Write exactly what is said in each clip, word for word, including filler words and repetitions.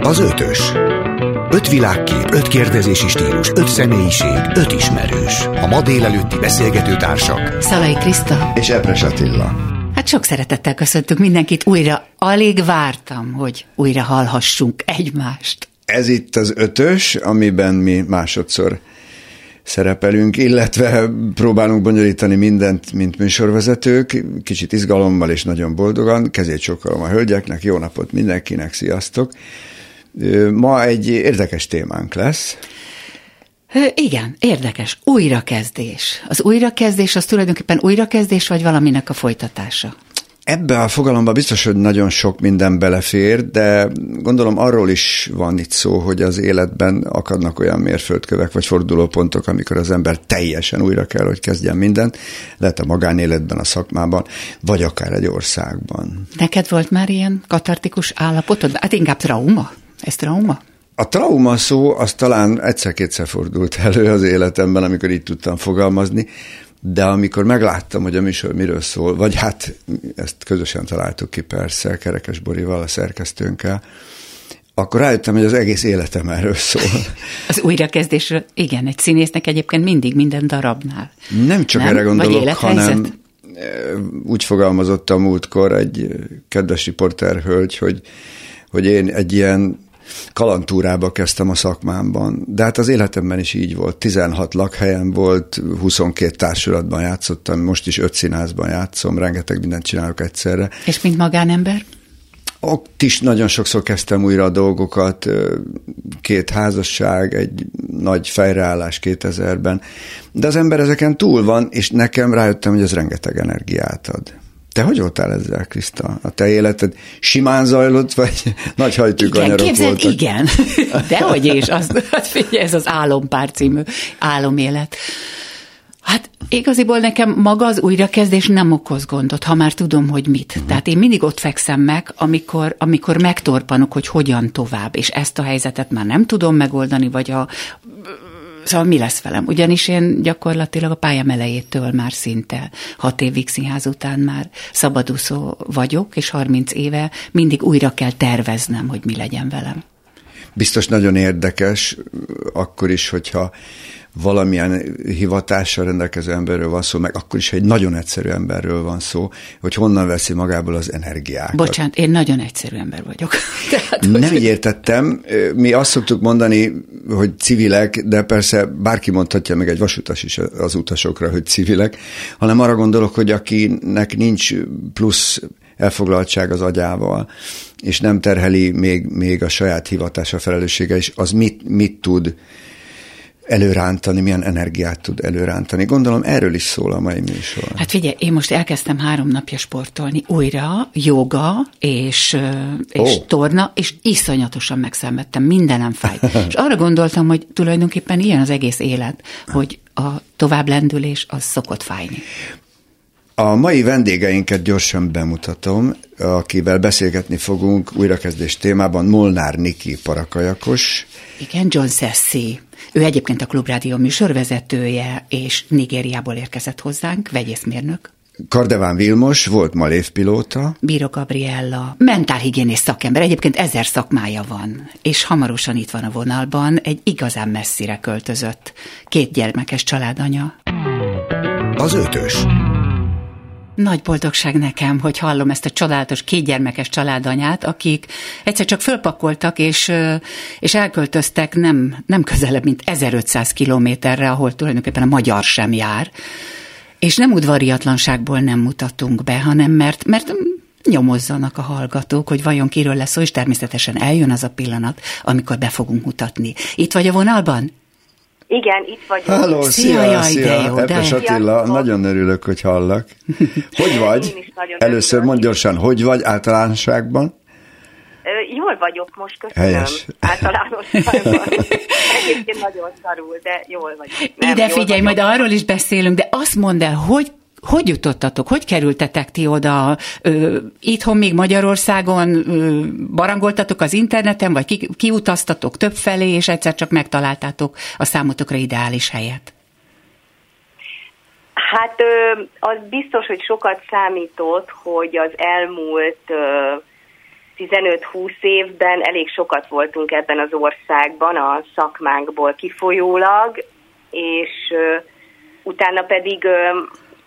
Az ötös. Öt világkép, öt kérdezési stílus, öt személyiség, öt ismerős. A ma délelőtti beszélgető társak Szalai Kriszta és Epres Attila. Hát sok szeretettel köszöntök mindenkit újra. Alig vártam, hogy újra hallhassunk egymást. Ez itt az ötös, amiben mi másodszor szerepelünk, illetve próbálunk bonyolítani mindent, mint műsorvezetők, kicsit izgalommal és nagyon boldogan. Kezét csókolom a hölgyeknek, jó napot mindenkinek, sziasztok! Ma egy érdekes témánk lesz. Igen, érdekes. Újrakezdés. Az újrakezdés az tulajdonképpen újrakezdés, vagy valaminek a folytatása? Ebbe a fogalomba biztos, hogy nagyon sok minden belefér, de gondolom arról is van itt szó, hogy az életben akadnak olyan mérföldkövek vagy fordulópontok, amikor az ember teljesen újra kell, hogy kezdjen mindent, lehet a magánéletben, a szakmában, vagy akár egy országban. Neked volt már ilyen katartikus állapotod? Hát inkább trauma? Ez trauma? A trauma szó az talán egyszer-kétszer fordult elő az életemben, amikor így tudtam fogalmazni, de amikor megláttam, hogy a műsor miről szól, vagy hát ezt közösen találtuk ki persze, Kerekes Borival, a szerkesztőnkkel, akkor rájöttem, hogy az egész életem erről szól. Az újrakezdésről, igen, egy színésznek egyébként mindig minden darabnál. Nem csak Nem? erre gondolok, hanem úgy fogalmazott a múltkor egy kedves riporterhölgy, hogy, hogy én egy ilyen kalantúrába kezdtem a szakmámban, de hát az életemben is így volt. tizenhat lakhelyem volt, huszonkét társulatban játszottam, most is öt színházban játszom, rengeteg mindent csinálok egyszerre. És mint magánember? Ott is nagyon sokszor kezdtem újra a dolgokat, két házasság, egy nagy fejreállás kétezerben, de az ember ezeken túl van, és nekem rájöttem, hogy ez rengeteg energiát ad. Te hogy voltál ezzel, Kriszta? A te életed simán zajlott, vagy nagy hajtűkanyarok igen, voltak? Igen, dehogy is. Az, hát figyelj, ez az Álompár című álomélet. Hát igaziból nekem maga az újrakezdés nem okoz gondot, ha már tudom, hogy mit. Uh-huh. Tehát én mindig ott fekszem meg, amikor, amikor megtorpanok, hogy hogyan tovább, és ezt a helyzetet már nem tudom megoldani, vagy a... Szóval mi lesz velem? Ugyanis én gyakorlatilag a pályám elejétől már szinte hat évig színház után már szabadúszó vagyok, és harminc éve mindig újra kell terveznem, hogy mi legyen velem. Biztos nagyon érdekes, akkor is, hogyha valamilyen hivatással rendelkező emberről van szó, meg akkor is, hogy egy nagyon egyszerű emberről van szó, hogy honnan veszi magából az energiákat. Bocsánat, én nagyon egyszerű ember vagyok. Tehát, nem így értettem. Mi azt szoktuk mondani, hogy civilek, de persze bárki mondhatja, meg egy vasutas is az utasokra, hogy civilek, hanem arra gondolok, hogy akinek nincs plusz elfoglaltság az agyával, és nem terheli még, még a saját hivatása felelőssége, és az mit, mit tud előrántani, milyen energiát tud előrántani. Gondolom, erről is szól a mai műsor. Hát figyelj, én most elkezdtem három napja sportolni újra, joga és, és oh. torna, és iszonyatosan megszenvedtem, mindenem fájt. És arra gondoltam, hogy tulajdonképpen ilyen az egész élet, hogy a továbblendülés az szokott fájni. A mai vendégeinket gyorsan bemutatom, akivel beszélgetni fogunk újrakezdés témában. Molnár Niki parakajakos. Igen, John Sessi. Ő egyébként a Klubrádió műsorvezetője, és Nigériából érkezett hozzánk, vegyészmérnök. Kardeván Vilmos, volt malévpilóta. Bíró Gabriella, mentálhigiénész szakember, egyébként ezer szakmája van, és hamarosan itt van a vonalban, egy igazán messzire költözött, két gyermekes családanya. Az ötös. Nagy boldogság nekem, hogy hallom ezt a csodálatos kétgyermekes családanyát, akik egyszer csak fölpakoltak, és, és elköltöztek nem, nem közelebb, mint ezerötszáz kilométerre, ahol tulajdonképpen a magyar sem jár. És nem udvariatlanságból nem mutatunk be, hanem mert, mert nyomozzanak a hallgatók, hogy vajon kiről lesz szó, és természetesen eljön az a pillanat, amikor be fogunk mutatni. Itt vagy a vonalban? Igen, itt vagyok. Halló, szia, szia, jaj, szia, de jó, Epres de... Attila, nagyon örülök, hogy hallak. Hogy vagy? Először mondj gyorsan, hogy vagy általánosságban? Ö, jól vagyok most, köszönöm. Helyes. Általánosságban. Egyébként nagyon szarul, de jól vagyok. Nem, Ide jól figyelj, vagyok. majd arról is beszélünk, de azt mondd el, hogy Hogy jutottatok? Hogy kerültetek ti oda? Ö, itthon még Magyarországon ö, barangoltatok az interneten, vagy ki, kiutaztatok többfelé, és egyszer csak megtaláltátok a számotokra ideális helyet? Hát az biztos, hogy sokat számított, hogy az elmúlt tizenöt-húsz évben elég sokat voltunk ebben az országban a szakmánkból kifolyólag, és uh, utána pedig uh,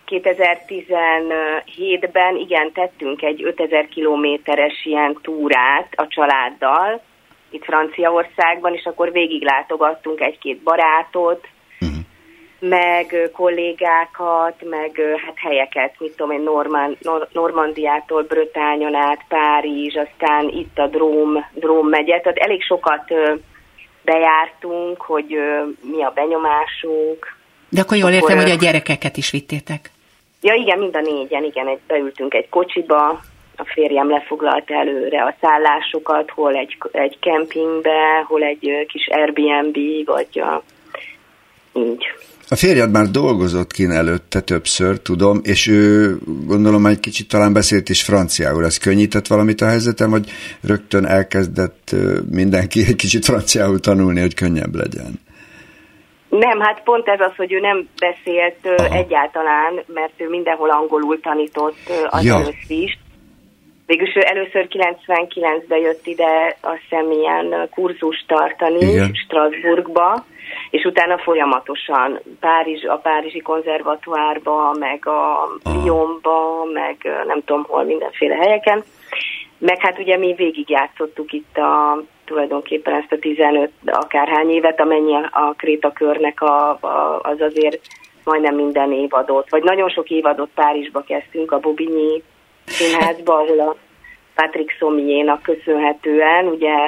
kétezer-tizenhétben igen, tettünk egy ötezer kilométeres ilyen túrát a családdal, itt Franciaországban, és akkor végiglátogattunk egy-két barátot, uh-huh. meg kollégákat, meg hát helyeket, mit tudom én, Norman, Nor- Normandiától Brötányon át, Párizs, aztán itt a Dróm, Dróm megye, tehát elég sokat ö, bejártunk, hogy ö, mi a benyomásunk. De akkor jól értem, akkor, hogy a gyerekeket is vittétek. Ja igen, mind a négyen, igen, egy, beültünk egy kocsiba, a férjem lefoglalta előre a szállásokat, hol egy, egy kempingbe, hol egy kis Airbnb, vagy a, így. A férjed már dolgozott kint előtte többször, tudom, és ő gondolom egy kicsit talán beszélt is franciául. Ez könnyített valamit a helyzetem, vagy rögtön elkezdett mindenki egy kicsit franciául tanulni, hogy könnyebb legyen? Nem, hát pont ez az, hogy ő nem beszélt Aha. egyáltalán, mert ő mindenhol angolul tanított az ja. először is. Végülis ő először kilencvenkilencben jött ide, azt hiszem ilyen kurzust tartani Igen. Strasbourgba, és utána folyamatosan Párizs, a Párizsi konzervatoárba, meg a Lyonba, meg nem tudom hol, mindenféle helyeken. Meg hát ugye mi végigjátszottuk itt a, tulajdonképpen ezt a tizenöt akárhány évet, amennyi a Krétakörnek a, a, az azért majdnem minden évadot, vagy nagyon sok évadot Párizsba kezdtünk, a Bobigny színházba, ahol a Patrick Sommier-nak köszönhetően, ugye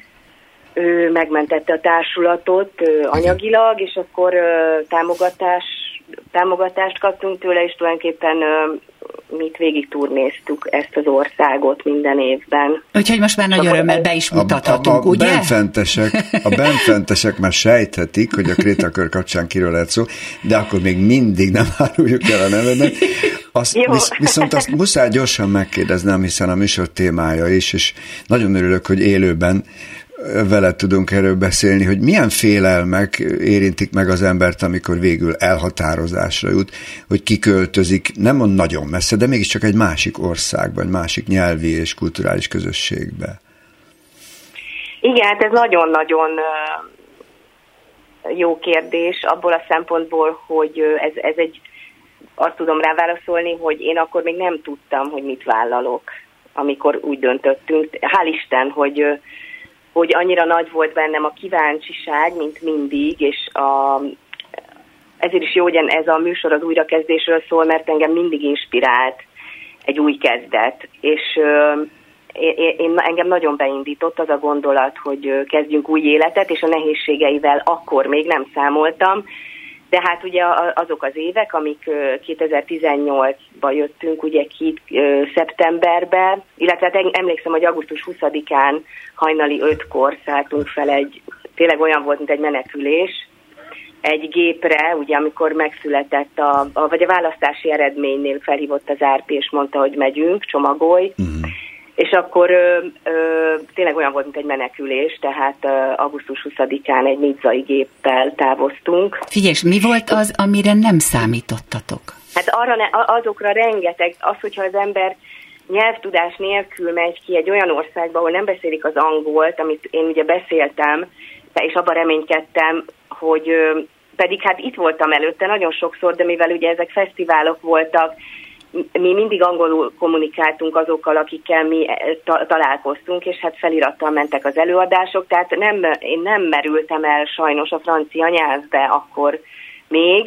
ő megmentette a társulatot anyagilag, és akkor támogatás, támogatást kaptunk tőle, és tulajdonképpen mit végig turnéztuk ezt az országot minden évben. Úgyhogy most már nagy örömmel be is mutathatunk, a, a, a ugye? Benfentesek, a benfentesek már sejthetik, hogy a Krétakör kapcsán kiről lehet szó, de akkor még mindig nem áruljuk el a nevedet. Azt, visz, viszont azt muszáj gyorsan megkérdeznem, hiszen a műsor témája is, és nagyon örülök, hogy élőben veled tudunk erről beszélni, hogy milyen félelmek érintik meg az embert, amikor végül elhatározásra jut, hogy kiköltözik, nem mond nagyon messze, de mégiscsak egy másik országban, egy másik nyelvi és kulturális közösségbe. Igen, hát ez nagyon-nagyon jó kérdés, abból a szempontból, hogy ez, ez egy, azt tudom rá válaszolni, hogy én akkor még nem tudtam, hogy mit vállalok, amikor úgy döntöttünk. Hál' Isten, hogy hogy annyira nagy volt bennem a kíváncsiság, mint mindig, és a, ezért is jó, hogy ez a műsor az újrakezdésről szól, mert engem mindig inspirált egy új kezdet, és euh, én, én, engem nagyon beindított az a gondolat, hogy kezdjünk új életet, és a nehézségeivel akkor még nem számoltam, de hát ugye azok az évek, amik kétezer-tizennyolcban jöttünk, ugye ki szeptemberben, illetve hát emlékszem, hogy augusztus huszadikán hajnali ötkor szálltunk fel egy, tényleg olyan volt, mint egy menekülés, egy gépre, ugye amikor megszületett, a, a, vagy a választási eredménynél felhívott az á er pé, és mondta, hogy megyünk, csomagolj, mm. és akkor ö, ö, tényleg olyan volt, mint egy menekülés, tehát ö, augusztus huszadikán egy nizzai géppel távoztunk. Figyelj, mi volt az, amire nem számítottatok? Hát arra ne, azokra rengeteg, az, hogyha az ember nyelvtudás nélkül megy ki egy olyan országba, ahol nem beszélik az angolt, amit én ugye beszéltem, és abban reménykedtem, hogy ö, pedig hát itt voltam előtte nagyon sokszor, de mivel ugye ezek fesztiválok voltak, mi mindig angolul kommunikáltunk azokkal, akikkel mi ta- találkoztunk, és hát felirattal mentek az előadások, tehát nem, én nem merültem el sajnos a francia nyelvbe akkor még.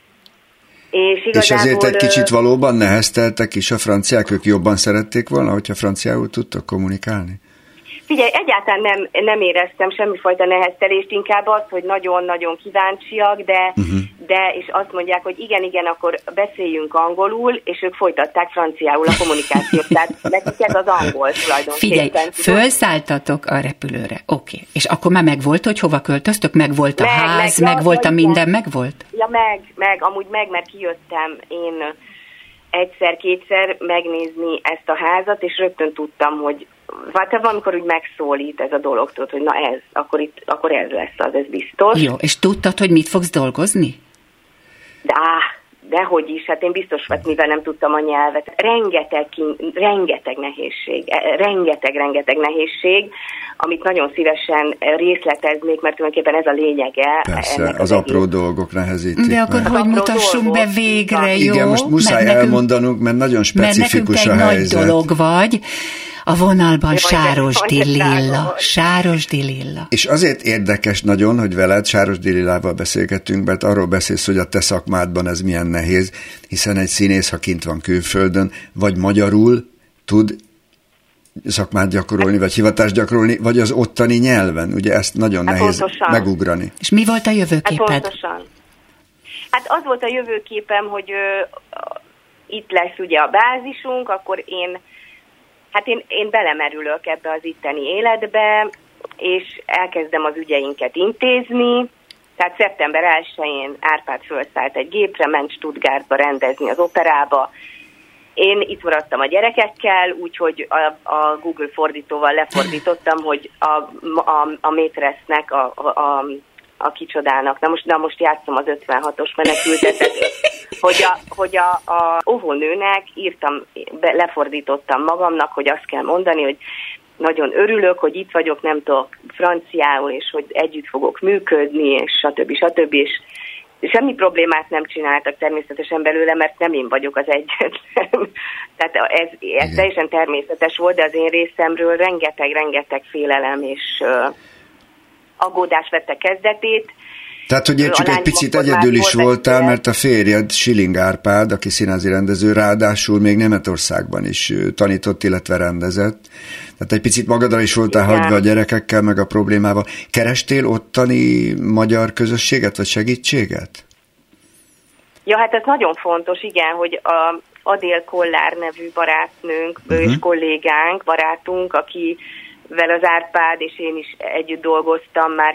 És, és ezért egy kicsit valóban nehezteltek is a franciák, ők jobban szerették volna, hogyha franciául tudtak kommunikálni? Figyelj, egyáltalán nem, nem éreztem semmifajta neheztelést, inkább az, hogy nagyon-nagyon kíváncsiak, de, uh-huh. de és azt mondják, hogy igen, igen, akkor beszéljünk angolul, és ők folytatták franciául a kommunikációt. Tehát nekik ez az angol tulajdonképpen. Figyelj, fölszálltatok a repülőre, oké. Okay. És akkor már megvolt, hogy hova költöztök? Megvolt a meg, ház, meg, megvolt ja, a minden, megvolt? Ja, meg, meg, amúgy meg, mert kijöttem én egyszer-kétszer megnézni ezt a házat, és rögtön tudtam, hogy hát valamikor úgy megszólít ez a dolog, tudod, hogy na ez, akkor, itt, akkor ez lesz az, ez biztos. Jó, és tudtad, hogy mit fogsz dolgozni? De, áh, dehogy is, hát én biztos, hogy mivel nem tudtam a nyelvet. Rengeteg, rengeteg nehézség, rengeteg, rengeteg nehézség, amit nagyon szívesen részleteznék, mert tulajdonképpen ez a lényege. Persze, az, az apró dolgok nehezítik. De akkor hogy mutassunk dolgok. Be végre, jó? Igen, most muszáj mert elmondanunk, mert nagyon specifikus mert a helyzet. Nagy dolog vagy. A vonalban Sárosdi Lilla. Sárosdi Lilla. És azért érdekes nagyon, hogy veled Sárosdi Lillával beszélgettünk, mert arról beszélsz, hogy a te szakmádban ez milyen nehéz, hiszen egy színész, ha kint van külföldön, vagy magyarul tud szakmát gyakorolni, vagy hivatást gyakorolni, vagy az ottani nyelven. Ugye ezt nagyon hát nehéz pontosan. Megugrani. És mi volt a jövőképed? Hát pontosan. Hát az volt a jövőképem, hogy ö, itt lesz ugye a bázisunk, akkor én Hát én, én belemerülök ebbe az itteni életbe, és elkezdem az ügyeinket intézni. Tehát szeptember elsején Árpád fölszállt egy gépre, ment Stuttgartba rendezni az operába. Én itt maradtam a gyerekekkel, úgyhogy a, a Google fordítóval lefordítottam, hogy a, a, a Métresznek, a, a, a kicsodának, na most, na most játszom az ötvenhatos menekültetet, hogy a, hogy a, a óvónőnek írtam, be, lefordítottam magamnak, hogy azt kell mondani, hogy nagyon örülök, hogy itt vagyok, nem tudok franciául, és hogy együtt fogok működni, és stb. stb. És semmi problémát nem csináltak természetesen belőle, mert nem én vagyok az egyetlen. Tehát ez, ez teljesen természetes volt, de az én részemről rengeteg-rengeteg félelem és uh, aggódás vette kezdetét. Tehát, hogy értsük, egy picit egyedül is voltál, mert a férjed, Schilling Árpád, aki színházi rendező, ráadásul még Németországban is tanított, illetve rendezett. Tehát egy picit magadra is voltál igen. hagyva a gyerekekkel, meg a problémával. Kerestél ottani magyar közösséget, vagy segítséget? Ja, hát ez nagyon fontos, igen, hogy a Adél Kollár nevű barátnőnk, uh-huh. és kollégánk, barátunk, akivel az Árpád és én is együtt dolgoztam már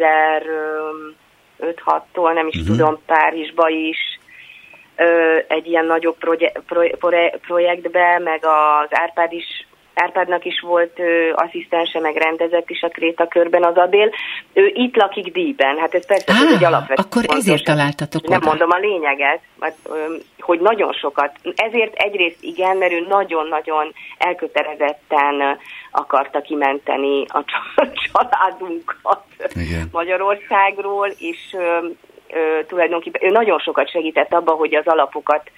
kétezer-öt-hattól, nem is uh-huh. tudom, Párizsba is, egy ilyen nagyobb proje- proje- projektbe, meg az Árpád is, Árpádnak is volt ö, asszisztense, meg rendezett is a Kréta körben az Adél. Ő itt lakik Díjben, hát ez persze Á, egy alapvető akkor fontos. Ezért találtatok Nem oda. mondom a lényeget, mert, ö, hogy nagyon sokat, ezért egyrészt igen, mert ő nagyon-nagyon elkötelezetten akarta kimenteni a családunkat igen. Magyarországról, és ö, ö, tulajdonképpen ő nagyon sokat segített abban, hogy az alapokat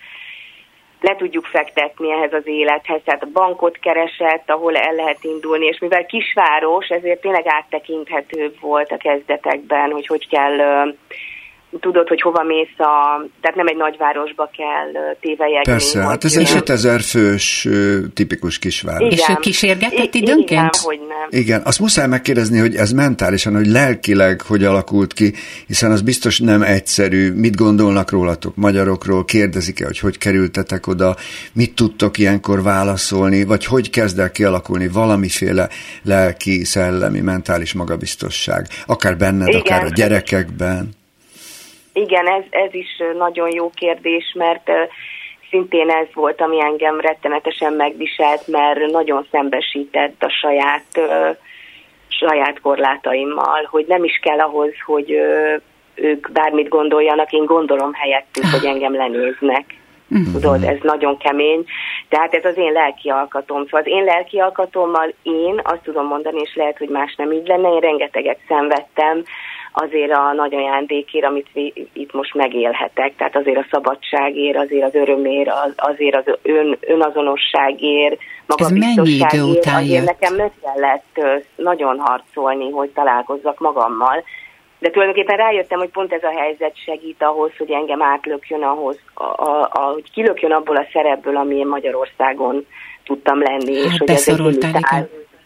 le tudjuk fektetni ehhez az élethez, tehát a bankot keresett, ahol el lehet indulni, és mivel kisváros, ezért tényleg áttekinthetőbb volt a kezdetekben, hogy hogy kell, tudod, hogy hova mész a, tehát nem egy nagyvárosba kell tévelyegni. Persze, hát ez egy ötezer fős tipikus kisváros. És ő kísérgetett időnként? Igen, hogy nem. Igen, azt muszáj megkérdezni, hogy ez mentálisan, hogy lelkileg hogy alakult ki, hiszen az biztos nem egyszerű. Mit gondolnak rólatok, magyarokról? Kérdezik-e, hogy hogy kerültetek oda? Mit tudtok ilyenkor válaszolni? Vagy hogy kezd el kialakulni valamiféle lelki, szellemi, mentális magabiztosság? Akár benned, igen, akár a gyerekekben. Igen, ez, ez is nagyon jó kérdés, mert uh, szintén ez volt, ami engem rettenetesen megviselt, mert nagyon szembesített a saját, uh, saját korlátaimmal, hogy nem is kell ahhoz, hogy uh, ők bármit gondoljanak, én gondolom helyettük, hogy engem lenéznek. Mm-hmm. Tudod, ez nagyon kemény. Tehát ez az én lelki alkatom. Szóval az én lelki alkatommal én azt tudom mondani, és lehet, hogy más nem így lenne, én rengeteget szenvedtem azért a nagy ajándékért, amit itt most megélhetek. Tehát azért a szabadságért, azért az örömért, azért az ön, önazonosságért, magabiztosságért. Azért nekem meg kellett nagyon harcolni, hogy találkozzak magammal. De tulajdonképpen rájöttem, hogy pont ez a helyzet segít ahhoz, hogy engem átlökjön ahhoz, a, a, a, hogy kilökjön abból a szerepből, ami én Magyarországon tudtam lenni. Hát és hogy ez egy limitál.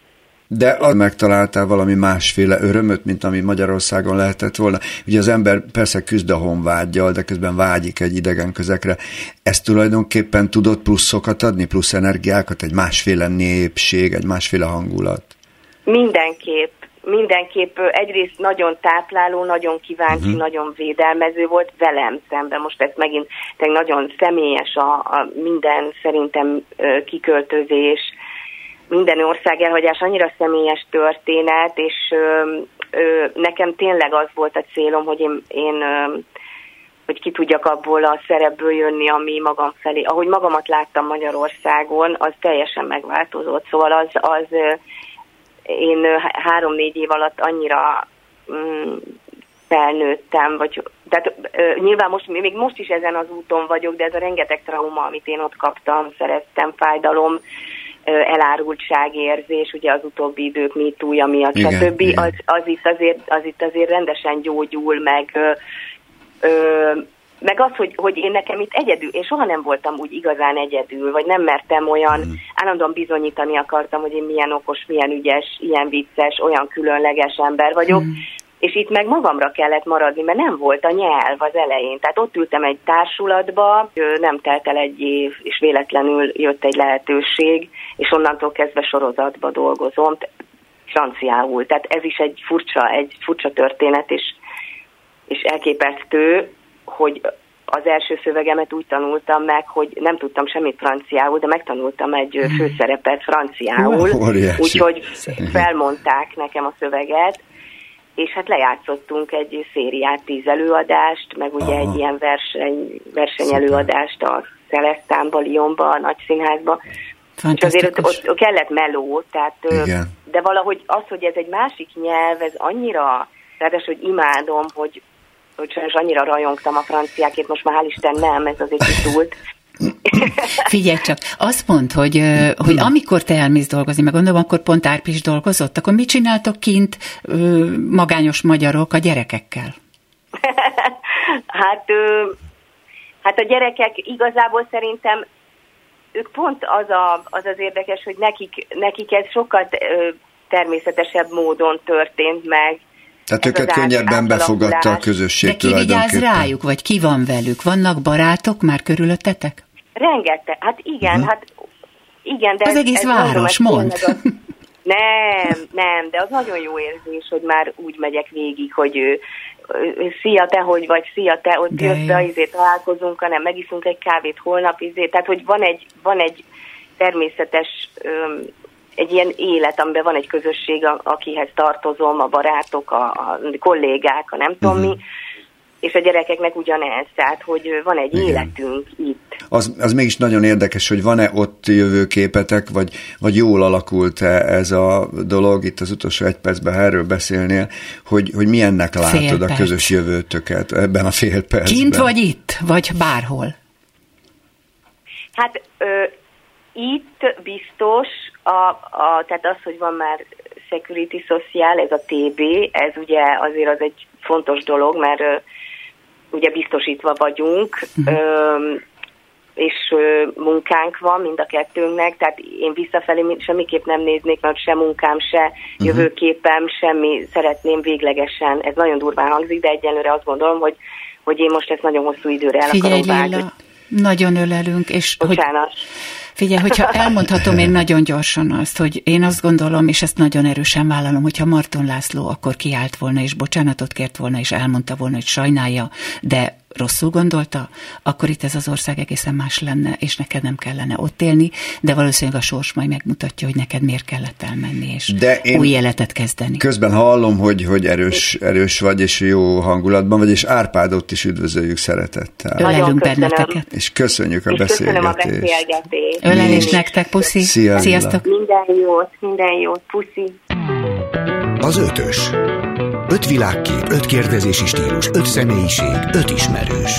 De megtaláltál valami másféle örömöt, mint ami Magyarországon lehetett volna. Ugye az ember persze küzd a honvággyal, de közben vágyik egy idegen közekre. Ezt tulajdonképpen tudott pluszokat adni, plusz energiákat, egy másféle népség, egy másféle hangulat? Mindenképp. Mindenképp egyrészt nagyon tápláló, nagyon kíváncsi, uh-huh. nagyon védelmező volt velem szemben. Most ez megint nagyon személyes a, a minden szerintem kiköltözés, minden ország elhagyás annyira személyes történet, és ö, ö, nekem tényleg az volt a célom, hogy én, én ö, hogy ki tudjak abból a szerepből jönni, ami magam felé. Ahogy magamat láttam Magyarországon, az teljesen megváltozott. Szóval az, az én három-négy év alatt annyira mm, felnőttem, vagy, tehát nyilván most, még most is ezen az úton vagyok, de ez a rengeteg trauma, amit én ott kaptam, szereztem, fájdalom, elárultságérzés, ugye az utóbbi idők MeToo-ja miatt, igen, stb. Igen. Az, az, itt azért, az itt azért rendesen gyógyul, meg, ö, ö, meg az, hogy, hogy én nekem itt egyedül, én soha nem voltam úgy igazán egyedül, vagy nem mertem olyan, mm. állandóan bizonyítani akartam, hogy én milyen okos, milyen ügyes, ilyen vicces, olyan különleges ember vagyok, mm. és itt meg magamra kellett maradni, mert nem volt a nyelv az elején. Tehát ott ültem egy társulatba, nem telt el egy év, és véletlenül jött egy lehetőség, és onnantól kezdve sorozatba dolgozom, franciául. Tehát ez is egy furcsa, egy furcsa történet, és, és elképesztő, hogy az első szövegemet úgy tanultam meg, hogy nem tudtam semmit franciául, de megtanultam egy főszerepet franciául, úgyhogy felmondták nekem a szöveget, és hát lejátszottunk egy szériát, tíz előadást, meg ugye Aha. egy ilyen verseny, versenyelőadást a Celestánba, Lyonba, a Nagyszínházba. És azért ott, ott kellett meló, tehát, de valahogy az, hogy ez egy másik nyelv, ez annyira, ráadásul, hogy imádom, hogy, hogy sajnos annyira rajongtam a franciákért, most már hál' Isten nem, ez azért kitúlt. Figyelj csak, azt mondd, hogy, hogy amikor te elmész dolgozni, meg gondolom, akkor pont Árpi is dolgozott, akkor mit csináltok kint magányos magyarok a gyerekekkel? hát, hát a gyerekek igazából szerintem ők pont az, a, az az érdekes, hogy nekik, nekik ez sokkal természetesebb módon történt meg. Tehát őket könnyebben befogadta a közösség. De ki vigyáz rájuk, vagy ki van velük? Vannak barátok már körülöttetek? Rengeteg. Hát igen, uh-huh. hát igen. De az ez, egész ez város, mondd. Az... Nem, nem, de az nagyon jó érzés, hogy már úgy megyek végig, hogy ő, szia te, hogy vagy, szia te, ott jössz be, izé találkozunk, hanem megiszunk egy kávét holnap, izé. Tehát, hogy van egy, van egy természetes... Öm, egy ilyen élet, amiben van egy közösség, akihez tartozom, a barátok, a, a kollégák, a nem tudom uh-huh. mi, és a gyerekeknek ugyanez, tehát, hogy van egy Igen. életünk itt. Az, az mégis nagyon érdekes, hogy van-e ott jövőképetek, vagy, vagy jól alakult-e ez a dolog, itt az utolsó egy percben, ha erről beszélnél, hogy, hogy milyennek látod a közös jövőtöket ebben a fél percben? Kint vagy itt, vagy bárhol? Hát ö, itt biztos, A, a, tehát az, hogy van már Security Social, ez a té bé, ez ugye azért az egy fontos dolog, mert uh, ugye biztosítva vagyunk, uh-huh. uh, és uh, munkánk van mind a kettőnknek, tehát én visszafelé semmiképp nem néznék, mert se munkám, se uh-huh. jövőképem, semmi, szeretném véglegesen, ez nagyon durván hangzik, de egyenlőre azt gondolom, hogy, hogy én most ezt nagyon hosszú időre el Figyelj, akarom vágni. Lilla, nagyon ölelünk, és Bocsánat. Hogy... Figyelj, hogyha elmondhatom én nagyon gyorsan azt, hogy én azt gondolom, és ezt nagyon erősen vállalom, hogyha Marton László akkor kiállt volna, és bocsánatot kért volna, és elmondta volna, hogy sajnálja, de rosszul gondolta, akkor itt ez az ország egészen más lenne, és neked nem kellene ott élni, de valószínűleg a sors majd megmutatja, hogy neked miért kellett elmenni, és új életet kezdeni. Közben hallom, hogy, hogy erős, erős vagy, és jó hangulatban vagy, és Árpádot is üdvözöljük szeretettel. Ölelünk benneteket. És köszönjük a és beszélgetést. Köszönöm a beszélgetést. Ölelés nektek, puszi. Szia, Sziasztok. Minden jót, minden jót, puszi. Az ötös. Öt világkép, öt kérdezési stílus, öt személyiség, öt ismerős.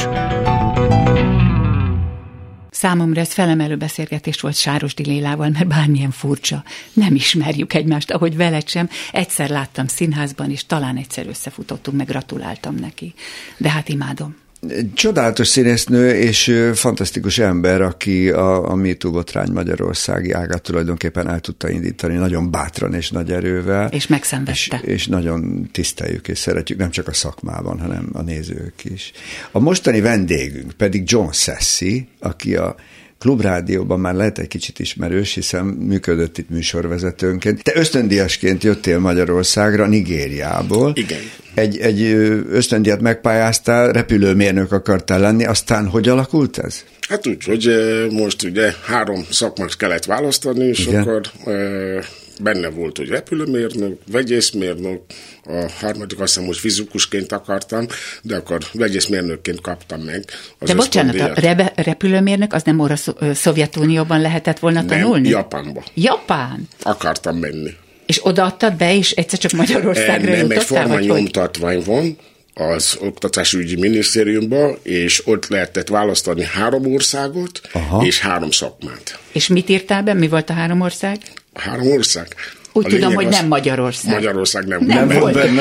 Számomra ez felemelő beszélgetés volt Sárosdi Lélával, mert bármilyen furcsa, nem ismerjük egymást, ahogy veled sem. Egyszer láttam színházban, és talán egyszer összefutottunk, meg gratuláltam neki. De hát imádom. Csodálatos színésznő és fantasztikus ember, aki a, a MeToo botrány magyarországi ágát tulajdonképpen el tudta indítani nagyon bátran és nagy erővel. És megszenvedte. És, és nagyon tiszteljük és szeretjük, nem csak a szakmában, hanem a nézők is. A mostani vendégünk pedig John Sessi, aki a Klubrádióban már lehet egy kicsit ismerős, hiszen működött itt műsorvezetőnként. Te ösztöndíjasként jöttél Magyarországra, Nigériából. Igen. Egy, egy ösztöndíjat megpályáztál, repülőmérnök akartál lenni, aztán hogy alakult ez? Hát úgy, hogy most ugye három szakmát kellett választani, és Igen. akkor benne volt, hogy repülőmérnök, vegyészmérnök, a harmadik azt hiszem, hogy fizikusként akartam, de akkor vegyészmérnökként kaptam meg az De bocsánat, a rebe, repülőmérnök az nem óra Szovjetunióban lehetett volna tanulni? Nem, Japánba. Japán? Akartam menni. És odaadtad be, és egyszer csak Magyarországra Nem, jutottál? egy formanyomtatvány van az Oktatásügyi Minisztériumban, és ott lehetett választani három országot, aha, és három szakmát. És mit írtál be? Mi volt a három ország? A három ország? Úgy a tudom, hogy nem Magyarország. Magyarország nem, nem, nem volt benne.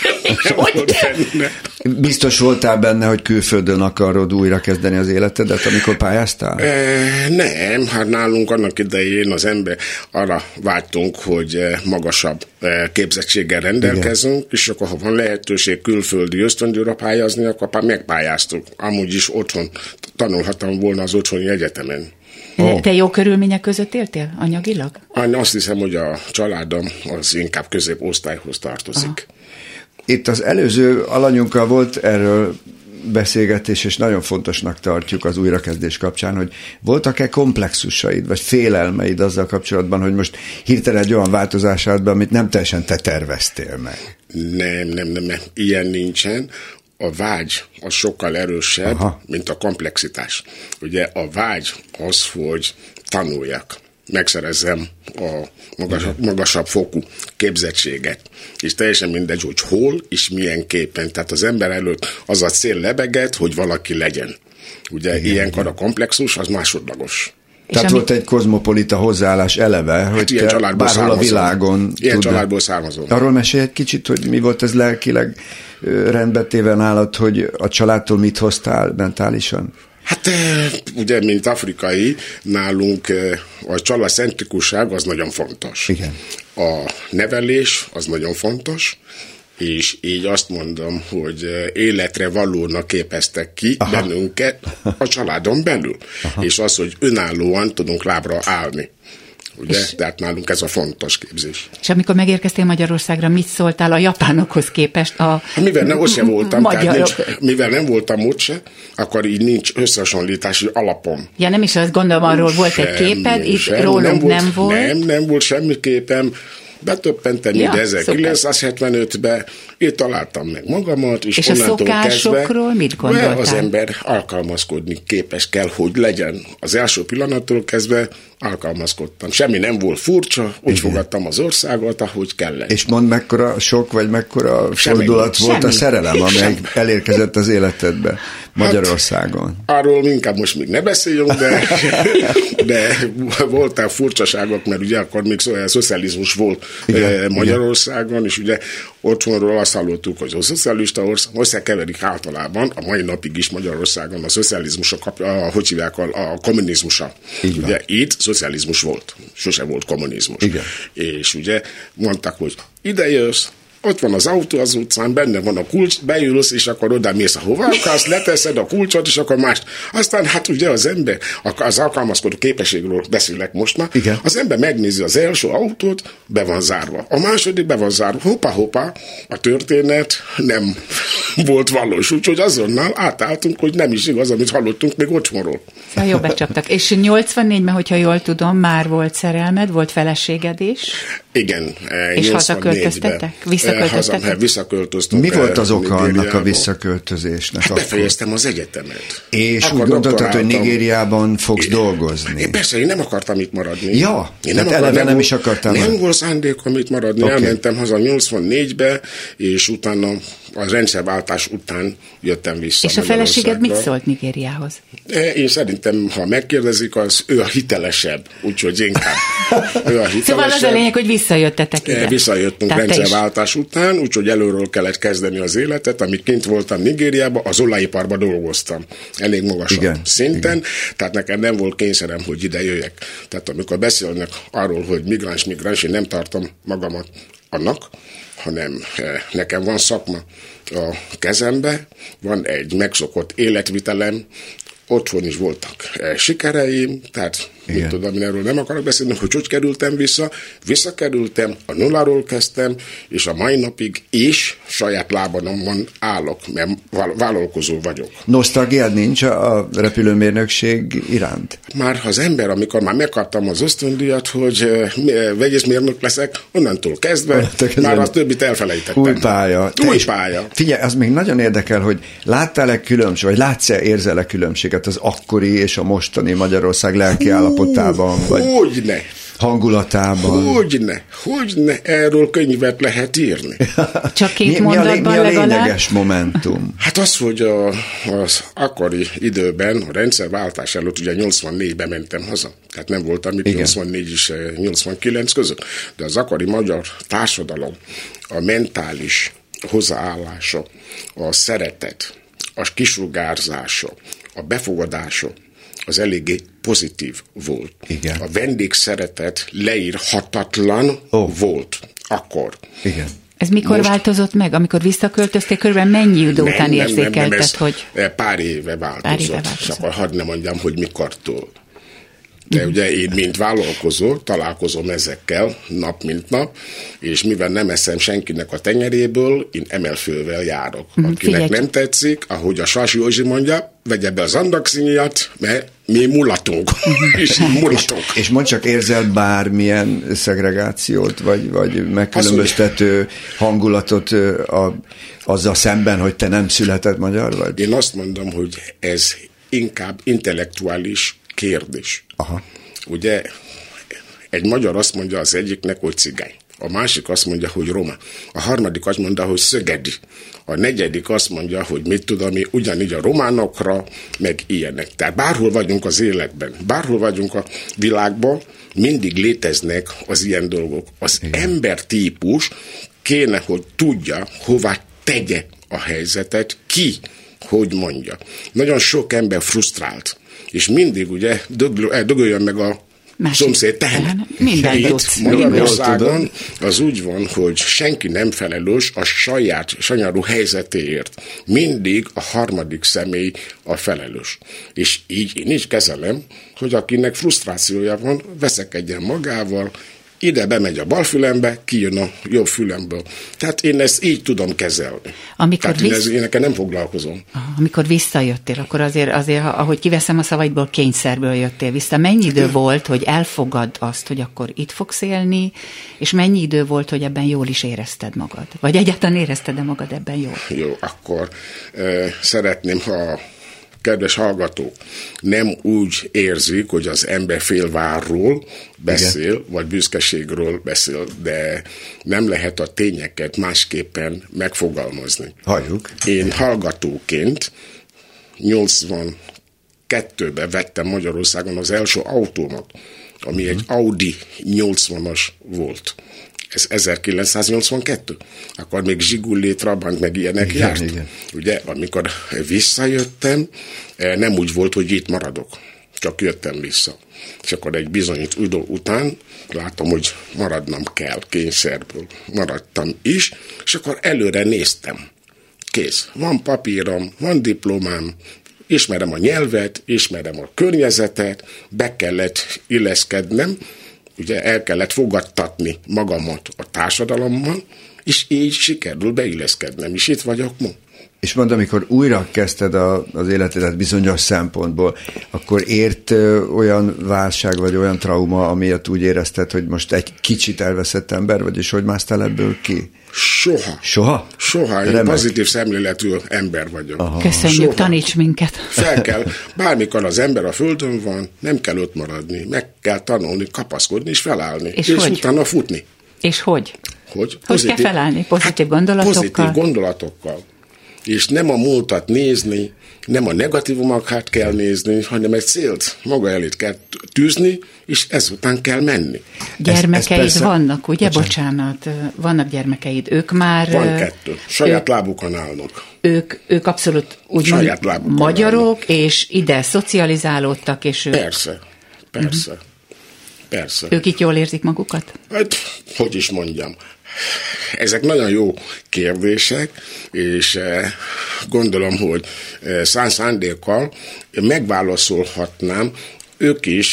volt benne. Biztos voltál benne, hogy külföldön akarod újra kezdeni az életedet, amikor pályáztál? E, nem, hát nálunk annak idején az ember arra vágytunk, hogy magasabb képzettséggel rendelkezünk, igen, és akkor ha van lehetőség külföldi ösztöndíjra pályázni, akkor megpályáztuk. Amúgy is otthon tanulhattam volna az otthoni egyetemen. Oh. Te jó körülmények között éltél anyagilag? Azt hiszem, hogy a családom az inkább középosztályhoz tartozik. Aha. Itt az előző alanyunkkal volt erről beszélgetés, és nagyon fontosnak tartjuk az újrakezdés kapcsán, hogy voltak-e komplexusaid, vagy félelmeid azzal kapcsolatban, hogy most hirtelen egy olyan változás állt be, amit nem teljesen te terveztél meg? Nem, nem, nem, nem. Ilyen nincsen. A vágy az sokkal erősebb, aha, mint a komplexitás. Ugye a vágy az, hogy tanuljak, megszerezzem a magasabb, magasabb fokú képzettséget. És teljesen mindegy, hogy hol és milyen képen. Tehát az ember előtt az a cél lebegett, hogy valaki legyen. Ugye igen, ilyenkor a komplexus az másodlagos. Tehát ami... volt egy kozmopolita hozzáállás eleve, hát hogy te bárhol származom. A világon... Ilyen tud... családból származom. Arról mesélj egy kicsit, hogy mi volt ez lelkileg rendbe téve nálad, hogy a családtól mit hoztál mentálisan? Hát ugye, mint afrikai, nálunk a családcentrikusság az nagyon fontos. Igen. A nevelés az nagyon fontos, és így azt mondom, hogy életre valónak képeztek ki, aha, bennünket a családon belül. Aha. És az, hogy önállóan tudunk lábra állni. Ugye? És, tehát nálunk ez a fontos képzés. És amikor megérkeztél Magyarországra, mit szóltál a japánokhoz képest? A mivel nem, ott se voltam, tehát nincs, mivel nem voltam ott se, akkor így nincs összehasonlítási alapom. Ja, nem is azt gondolom, arról volt egy képed, itt sem, rólunk nem volt, nem volt. Nem, nem volt semmi képem. Betöppentem ja, ide ezerkilencszázhetvenötben, itt találtam meg magamat, és, és onnantól a szokásokról kezdve, mit gondoltál? Az ember alkalmazkodni képes kell, hogy legyen. Az első pillanattól kezdve alkalmazkodtam. Semmi nem volt furcsa, úgy igen, fogadtam az országot, ahogy kellett. És mondd, mekkora sok, vagy mekkora semmi fordulat volt semmi. A szerelem, amely elérkezett az életedbe Magyarországon. Hát, arról inkább most még ne beszéljünk, de, de voltál furcsaságok, mert ugye akkor még szocializmus volt igen, Magyarországon, igen, és ugye otthonról azt hallottuk, hogy a szocialista ország, összekeverik általában, a mai napig is Magyarországon a szocializmus, a, a, hogy hívják, a, a kommunizmusa. Ugye itt szocializmus volt, sose volt kommunizmus. Igen. És ugye mondták, hogy ide jössz, ott van az autó az utcán, benne van a kulcs, beülsz, és akkor oda mész, ahova akarsz, leteszed a kulcsot, és akkor mást. Aztán hát ugye az ember, az alkalmazkodó képességről beszélek most már, igen, az ember megnézi az első autót, be van zárva. A második be van zárva. Hoppá-hoppá, a történet nem volt valós, úgyhogy azonnal átálltunk, hogy nem is igaz, amit hallottunk még otthonról. Ja, jó, becsaptak. És nyolcvannégyben, hogyha jól tudom, már volt szerelmed, volt feleséged is? Igen. És hazaköltöztetek? Visszaköltöztetek? Haza, visszaköltöztünk. Mi volt az oka annak a visszaköltözésnek? Hát befejeztem az egyetemet. És akkor úgy gondoltad, hogy Nigériában fogsz én, dolgozni? Én persze, én nem akartam itt maradni. Ja, én nem, akar, nem, nem is akartam. Nem volt szándékom itt maradni. Okay. Elmentem haza nyolcvannégybe, és utána a rendszerváltás után jöttem vissza. És a feleséged mit szólt Nigériához? Én szerintem, ha megkérdezik, az ő a hitelesebb, úgyhogy inkább ő a hitelesebb. Szóval az a lényeg, hogy visszajöttetek ide. Visszajöttünk rendszerváltás után, úgyhogy előről kellett kezdeni az életet, amíg kint voltam Nigériában, az olajiparban dolgoztam. Elég magasabb igen, szinten, igen, tehát nekem nem volt kényszerem, hogy ide jöjjek. Tehát amikor beszélnek arról, hogy migráns, migráns, én nem tartom magamat annak, hanem nekem van szakma a kezembe, van egy megszokott életvitelem, otthon is voltak sikereim, tehát mit tudom, erről nem akarok beszélni, hogy hogy kerültem vissza, visszakerültem, a nulláról kezdtem, és a mai napig is saját lábanomon állok, mert vállalkozó vagyok. Nosztalgiád nincs a repülőmérnökség iránt? Már az ember, amikor már megkaptam az ösztöndíjat, hogy vegyészmérnök leszek, onnantól kezdve, már a többit elfelejtettem. Új pálya. Új pálya. Figyelj, az még nagyon érdekel, hogy láttál-e különbség, vagy látsz-e, érzel-e különbséget az akkori és a mostani Magyarország lelki állapotában, vagy hogyne, hangulatában? Hogyne, hogyne, erről könyvet lehet írni. Csak két mi, mondatban mi a, mi a legalább? lényeges momentum? Hát az, hogy a, az akkori időben, a rendszerváltás előtt, ugye nyolcvannégyben mentem haza, tehát nem voltam itt nyolcvannégy és nyolcvankilenc között, de az akkori magyar társadalom, a mentális hozzáállása, a szeretet, a kisugárzása, a befogadása, az eléggé pozitív volt. Igen. A vendégszeretet leírhatatlan oh. volt akkor. Igen. Ez mikor Most... változott meg? Amikor visszaköltöztél, körülbelül mennyi idő után nem, érzékelted, nem, nem, ez hogy... Pár éve változott. Pár éve változott. És akkor hadd ne mondjam, hogy mikortól. De ugye én, mint vállalkozó, találkozom ezekkel nap mint nap, és mivel nem eszem senkinek a tenyeréből, én emelfővel járok. Akinek Figyelj. nem tetszik, ahogy a Sas Józsi mondja, vegye be az andaxinyat, mert mi mulatunk. és mulatunk. És, és mondd csak, érzel bármilyen szegregációt, vagy, vagy megkülönböztető hangulatot a, azzal szemben, hogy te nem született magyar vagy? Én azt mondom, hogy ez inkább intellektuális kérdés. Aha. Ugye egy magyar azt mondja az egyiknek, hogy cigány. A másik azt mondja, hogy roma. A harmadik azt mondja, hogy szögedi. A negyedik azt mondja, hogy mit tudom én, ugyanígy a románokra, meg ilyenek. Tehát bárhol vagyunk az életben, bárhol vagyunk a világban, mindig léteznek az ilyen dolgok. Az Igen. embertípus kéne, hogy tudja, hová tegye a helyzetet, ki, hogy mondja. Nagyon sok ember frusztrált. És mindig ugye döglő, dögöljön meg a Másik. szomszéd tehet. Minden tudsz. Magyarországon az úgy van, hogy senki nem felelős a saját sanyarú helyzetéért. Mindig a harmadik személy a felelős. És így én is kezelem, hogy akinek frusztrációja van, veszekedjen magával, ide bemegy a bal fülembe, kijön a jobb fülemből. Tehát én ezt így tudom kezelni. Amikor Tehát én, visz... ez, én nekem nem foglalkozom. Amikor visszajöttél, akkor azért, azért, ahogy kiveszem a szavaidból, kényszerből jöttél vissza. Mennyi idő volt, hogy elfogad azt, hogy akkor itt fogsz élni, és mennyi idő volt, hogy ebben jól is érezted magad? Vagy egyáltalán érezted-e magad ebben jól? Jó, akkor euh, szeretném, ha kedves hallgatók, nem úgy érzik, hogy az ember félvárról beszél, Igen. vagy büszkeségről beszél, de nem lehet a tényeket másképpen megfogalmazni. Halljuk. Én hallgatóként nyolcvankettőben vettem Magyarországon az első autómat, ami uh-huh. egy Audi nyolcvanas volt. Ez ezerkilencszáznyolcvankettő. Akkor még Zsiguli, Trabant, meg ilyenek igen, járt. Igen. Ugye, amikor visszajöttem, nem úgy volt, hogy itt maradok. Csak jöttem vissza. És akkor egy bizonyos idő után látom, hogy maradnom kell kényszerből. Maradtam is, és akkor előre néztem. Kész. Van papírom, van diplomám, ismerem a nyelvet, ismerem a környezetet, be kellett illeszkednem, ugye el kellett fogadtatni magamat a társadalommal, és így sikerül beilleszkednem, és itt vagyok ma. És mondd, amikor újra kezdted a, az életedet bizonyos szempontból, akkor ért ö, olyan válság, vagy olyan trauma, amiért úgy érezted, hogy most egy kicsit elveszett ember vagy, és hogy másztál ebből ki? Soha. Soha? Soha. Én Remek. pozitív szemléletű ember vagyok. Aha. Köszönjük, Soha. Taníts minket. Fel kell, bármikor az ember a földön van, nem kell ott maradni, meg kell tanulni, kapaszkodni és felállni. És, és utána futni. És hogy? Hogy? Hogy kell felállni? Pozitív hát, gondolatokkal? Pozitív gondolatokkal. És nem a múltat nézni, nem a negatívumokat kell nézni, hanem egy célt maga elét kell tűzni, és ezután kell menni. Gyermekeid ez, ez persze... vannak, ugye? Bocsánat. Bocsánat, vannak gyermekeid. Ők már... Van kettő. Saját ők, lábukon állnak. Ők, ők abszolút úgy magyarok, állnak. És ide szocializálódtak, és ők... Persze, persze, uh-huh. persze. Ők itt jól érzik magukat? Hát, hogy is mondjam. Ezek nagyon jó kérdések, és gondolom, hogy száz szándékkal megválaszolhatnám, ők is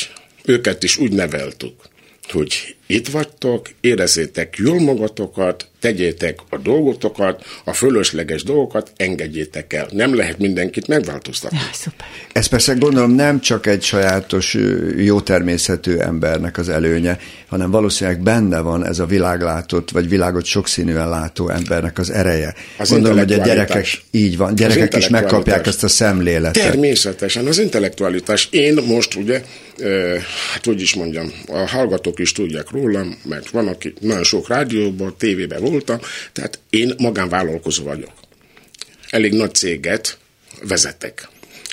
őket is úgy neveltük, hogy itt vagytok, érezzétek jól magatokat, tegyétek a dolgotokat, a fölösleges dolgokat engedjétek el. Nem lehet mindenkit megváltoztatni. Ja, szuper. Ez persze gondolom nem csak egy sajátos, jó természetű embernek az előnye, hanem valószínűleg benne van ez a világlátott, vagy világot sokszínűen látó embernek az ereje. Az gondolom, hogy a gyerekek így van, gyerekek is megkapják ezt a szemléletet. Természetesen, az intellektualitás. Én most ugye, hát hogy is mondjam, a hallgatók is tudják rólam, mert van, aki nagyon sok rádióban, tévében voltam, tehát én magánvállalkozó vagyok. Elég nagy céget vezetek.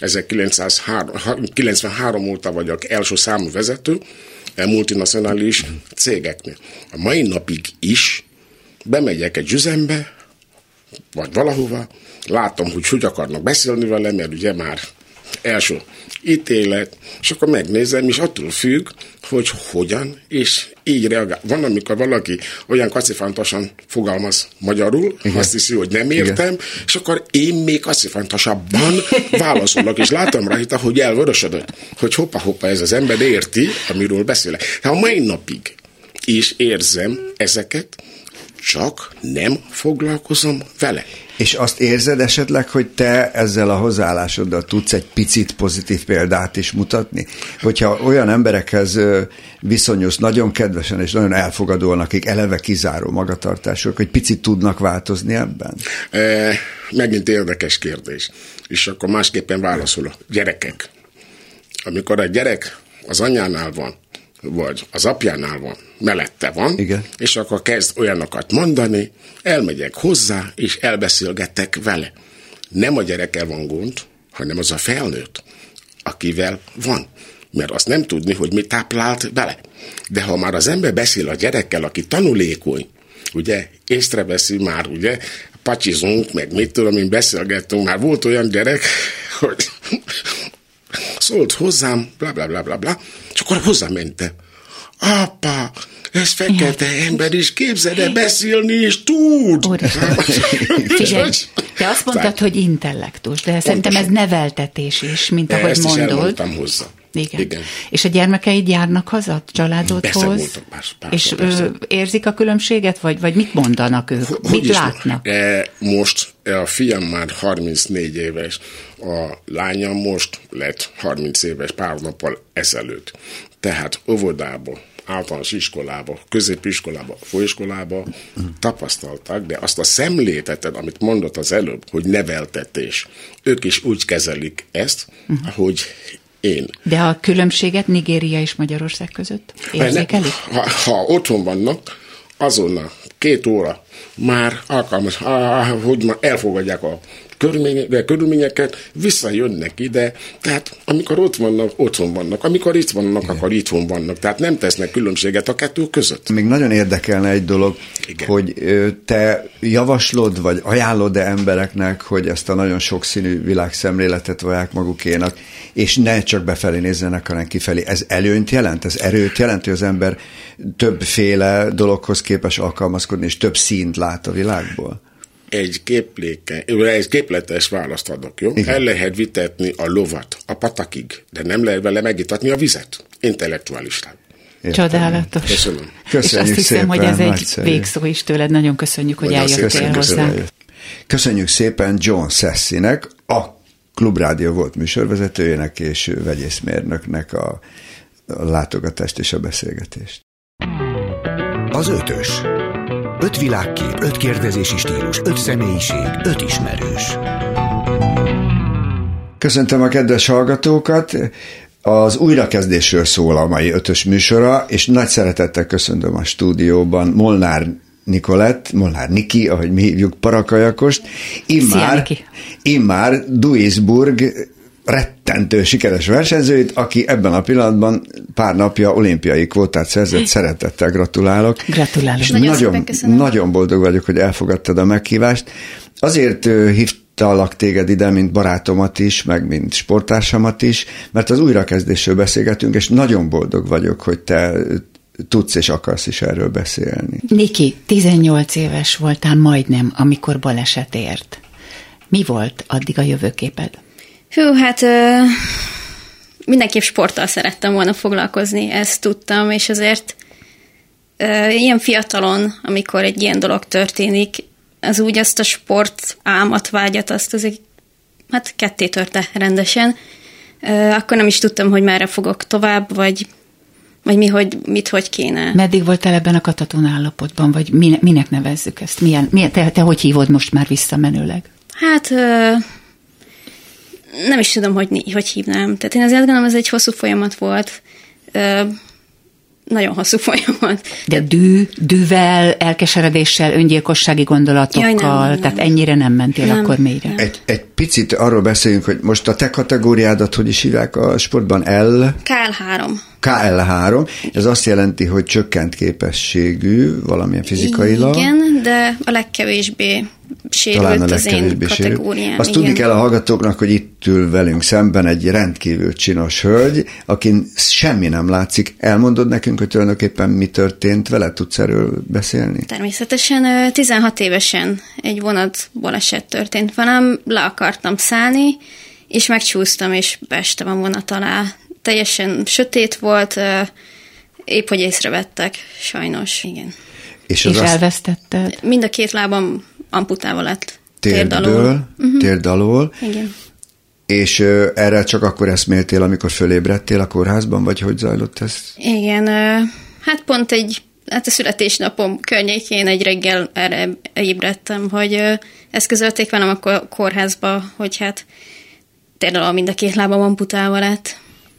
ezerkilencszázkilencvenhárom óta vagyok első számú vezető multinacionális cégeknél. A mai napig is bemegyek egy üzembe, vagy valahova, látom, hogy hogy akarnak beszélni vele, mert ugye már első ítélet, és akkor megnézem, és attól függ, hogy hogyan, és így reagál. Van, amikor valaki olyan kacifántosan fogalmaz magyarul, igen, azt hiszi, hogy nem értem, igen, és akkor én még kacifántosabban válaszolok, és látom rajta, hogy elvörösödött, hogy hoppa-hoppa, ez az ember érti, amiről beszélek. Tehát a mai napig is érzem ezeket, csak nem foglalkozom vele. És azt érzed esetleg, hogy te ezzel a hozzáállásoddal tudsz egy picit pozitív példát is mutatni? Hogyha olyan emberekhez viszonyulsz nagyon kedvesen és nagyon elfogadóan, akik eleve kizáró magatartások, hogy picit tudnak változni ebben? E, megint érdekes kérdés. És akkor másképpen válaszolok. Gyerekek. Amikor a gyerek az anyánál van, vagy az apjánál van, mellette van, igen, és akkor kezd olyanokat mondani, elmegyek hozzá, és elbeszélgetek vele. Nem a gyerekkel van gond, hanem az a felnőtt, akivel van. Mert azt nem tudni, hogy mit táplált bele. De ha már az ember beszél a gyerekkel, aki tanulékony, ugye, észreveszi már, ugye, pacsizunk, meg mit tudom, én beszélgettünk, már volt olyan gyerek, hogy szólt hozzám, bla bla bla bla bla, és akkor hozzámente. Apa, ez fekete ember is, képzeld el, beszélni is tud. Figyelj, te azt mondtad, hogy intellektus, de szerintem ez neveltetés is, mint ahogy ezt mondod. Ezt is elmondtam hozzá. Igen. Igen. És a gyermekeid járnak haza a családodhoz? Persze voltak más, pár, és persze. Érzik a különbséget, vagy, vagy mit mondanak ők? Hogy mit látnak? Most a fiam már harmincnégy éves, a lányom most lett harminc éves pár nappal ezelőtt. Tehát óvodába, általános iskolába, középiskolába, főiskolába tapasztaltak, de azt a szemléletet, amit mondott az előbb, hogy neveltetés, ők is úgy kezelik ezt, uh-huh. ahogy én. De a különbséget Nigéria és Magyarország között érzékelik? Ha, ha otthon vannak, azonnal két óra már alkalmas, hogy már elfogadják a körülményeket, visszajönnek ide, tehát amikor ott vannak, otthon vannak, amikor itt vannak, igen, akkor itthon vannak, tehát nem tesznek különbséget a kettő között. Még nagyon érdekelne egy dolog, igen, hogy te javaslod, vagy ajánlod-e embereknek, hogy ezt a nagyon sokszínű világszemléletet vallják magukénak, és ne csak befelé nézzenek, hanem kifelé. Ez előnyt jelent? Ez erőt jelent, hogy az ember többféle dologhoz képes alkalmazkodni, és több színt lát a világból? Egy, képléke, egy képletes választ adok, jó? Igen. El lehet vitetni a lovat a patakig, de nem lehet vele megitatni a vizet. Intellektualistán. Csodálatos. Köszönöm. Köszönjük és azt hiszem, szépen, hogy ez egy nagyszerű végszó is tőled. Nagyon köszönjük, hogy eljöttél hozzánk. Köszönjük szépen John Sassy-nek, a Klubrádió volt műsorvezetőjének és vegyészmérnöknek a, a látogatást és a beszélgetést. Az ötös. Öt világkép, öt kérdezési stílus, öt személyiség, öt ismerős. Köszöntöm a kedves hallgatókat! Az újrakezdésről szól a mai ötös műsora, és nagy szeretettel köszöntöm a stúdióban Molnár Nikolett, Molnár Niki, ahogy mi hívjuk, Parakajakost, immár, immár Duisburg rettentő sikeres versenyzőit, aki ebben a pillanatban pár napja olimpiai kvótát szerzett. Szeretettel gratulálok. Gratulálok. És nagyon, nagyon boldog vagyok, hogy elfogadtad a meghívást. Azért hívtalak téged ide, mint barátomat is, meg mint sporttársamat is, mert az újrakezdésről beszélgetünk, és nagyon boldog vagyok, hogy te tudsz és akarsz is erről beszélni. Niki, tizennyolc éves voltál majdnem, amikor baleset ért. Mi volt addig a jövőképed? Hű, hát ö, mindenképp sporttal szerettem volna foglalkozni, ezt tudtam, és azért e, ilyen fiatalon, amikor egy ilyen dolog történik, az úgy azt a sport álmat, vágyat, azt azért hát ketté törte rendesen. E, akkor nem is tudtam, hogy merre fogok tovább, vagy, vagy mi, hogy, mit, hogy kéne. Meddig voltál ebben a kataton állapotban, vagy minek, minek nevezzük ezt? Milyen, milyen, te, te hogy hívod most már visszamenőleg? Hát e, nem is tudom, hogy, hogy hívnám. Tehát én azért gondolom, ez egy hosszú folyamat volt. E, Nagyon hosszú folyamat. De dű, dűvel, elkeseredéssel, öngyilkossági gondolatokkal, Jaj, nem, nem. Tehát ennyire nem mentél nem, akkor mélyre. Egy, egy picit arról beszéljünk, hogy most a te kategóriádat hogy is hívják a sportban? L? ká el három. ká el három. Ez azt jelenti, hogy csökkent képességű, valamilyen fizikailag. Igen, de a legkevésbé sérült a az én kategóriám. Azt igen. Tudni kell a hallgatóknak, hogy itt ül velünk szemben egy rendkívül csinos hölgy, akin semmi nem látszik. Elmondod nekünk, hogy tulajdonképpen mi történt vele? Tudsz erről beszélni? Természetesen tizenhat évesen egy vonatbaleset történt velem, le akartam szállni, és megcsúsztam, és beestem a vonat alá. Teljesen sötét volt, épp hogy észrevettek, sajnos, igen. És, és elvesztetted? Mind a két lábam amputálva lett. Térdől, uh-huh. térd alól. Igen. És uh, erre csak akkor eszméltél, amikor fölébredtél a kórházban, vagy hogy zajlott ez? Igen, uh, hát pont egy, hát a születésnapom környékén egy reggel erre ébredtem, hogy uh, ezt közölték velem a kórházba, hogy hát térd alól mind a két lábam amputálva lett.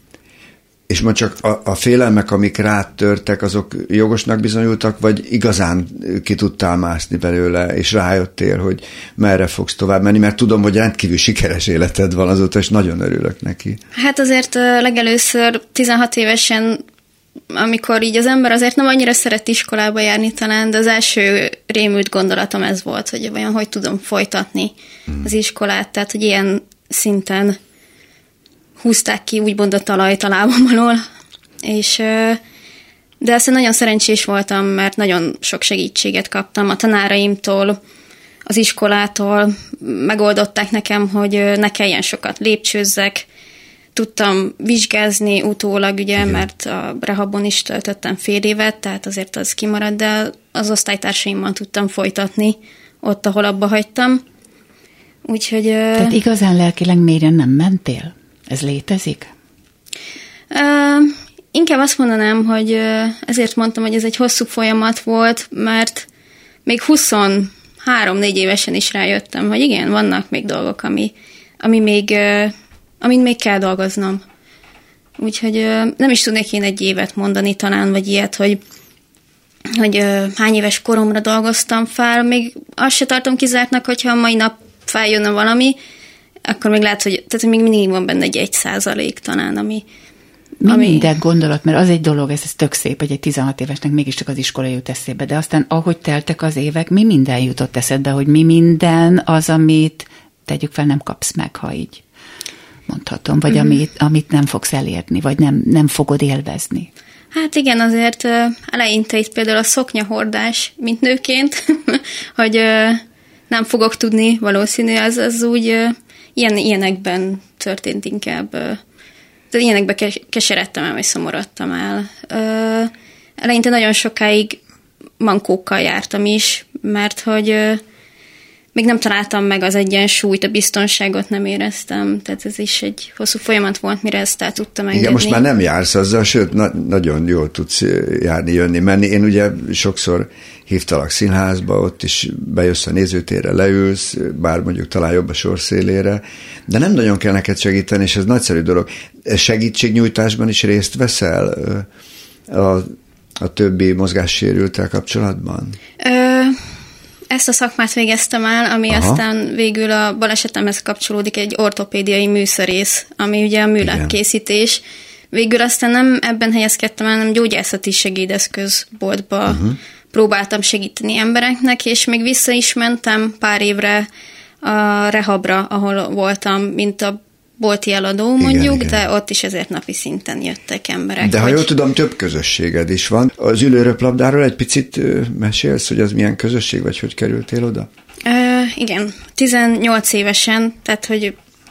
És ma csak a, a félelmek, amik rád törtek, azok jogosnak bizonyultak, vagy igazán ki tudtál mászni belőle, és rájöttél, hogy merre fogsz tovább menni, mert tudom, hogy rendkívül sikeres életed van azóta, és nagyon örülök neki. Hát azért legelőször tizenhat évesen, amikor így az ember azért nem annyira szeret iskolába járni talán, de az első rémült gondolatom ez volt, hogy vajon hogy tudom folytatni hmm. az iskolát, tehát hogy ilyen szinten húzták ki úgymond a talajt a lábam alól, és, de aztán nagyon szerencsés voltam, mert nagyon sok segítséget kaptam a tanáraimtól, az iskolától, megoldották nekem, hogy ne kelljen sokat lépcsőzzek, tudtam vizsgázni utólag, ugye, igen. Mert a rehabon is töltöttem fél évet, tehát azért az kimaradt, de az osztálytársaimmal tudtam folytatni ott, ahol abba hagytam. Úgyhogy... Tehát igazán lelkileg mélyen nem mentél? Ez létezik? Uh, inkább azt mondanám, hogy uh, ezért mondtam, hogy ez egy hosszú folyamat volt, mert még huszonhárom-négy évesen is rájöttem, hogy igen, vannak még dolgok, ami, ami még, uh, amin még kell dolgoznom. Úgyhogy uh, nem is tudnék én egy évet mondani talán, vagy ilyet, hogy, hogy uh, hány éves koromra dolgoztam fel. Még azt se tartom kizártnak, hogyha a mai nap feljönne valami, akkor még lehet, hogy tehát még mindig van benne egy egy százalék talán, ami... Mi ami... minden gondolat, mert az egy dolog, ez, ez tök szép, hogy egy tizenhat évesnek mégiscsak az iskola jut eszébe, de aztán ahogy teltek az évek, mi minden jutott eszedbe, hogy mi minden az, amit tegyük fel, nem kapsz meg, ha így mondhatom, vagy uh-huh. amit, amit nem fogsz elérni, vagy nem, nem fogod élvezni. Hát igen, azért uh, eleinte itt például a szoknyahordás, mint nőként, hogy uh, nem fogok tudni valószínű, az, az úgy... Uh, Ilyen, ilyenekben történt inkább. De ilyenekben keseredtem el, vagy szomorodtam el. Eleinte nagyon sokáig mankókkal jártam is, mert hogy még nem találtam meg az egyensúlyt, a biztonságot nem éreztem, tehát ez is egy hosszú folyamat volt, mire ezt el tudtam engedni. Igen, most már nem jársz azzal, sőt, na- nagyon jól tudsz járni, jönni, menni. Én ugye sokszor hívtalak színházba, ott is bejössz a nézőtérre, leülsz, bár mondjuk talán jobb a sor szélére, de nem nagyon kell neked segíteni, és ez nagyszerű dolog. Segítségnyújtásban is részt veszel a, a többi mozgássérülttel kapcsolatban? Ö, ezt a szakmát végeztem el, ami Aha. aztán végül a balesetemhez kapcsolódik, egy ortopédiai műszerész, ami ugye a műlábkészítés. Végül aztán nem ebben helyezkedtem el, hanem gyógyászati segédeszközboltba uh-huh. próbáltam segíteni embereknek, és még vissza is mentem pár évre a rehabra, ahol voltam, mint a bolti eladó mondjuk, igen, igen. de ott is ezért napi szinten jöttek emberek. De ha jól tudom, több közösséged is van. Az ülőröplabdáról egy picit mesélsz, hogy az milyen közösség, vagy hogy kerültél oda? Ö, igen, tizennyolc évesen, tehát hogy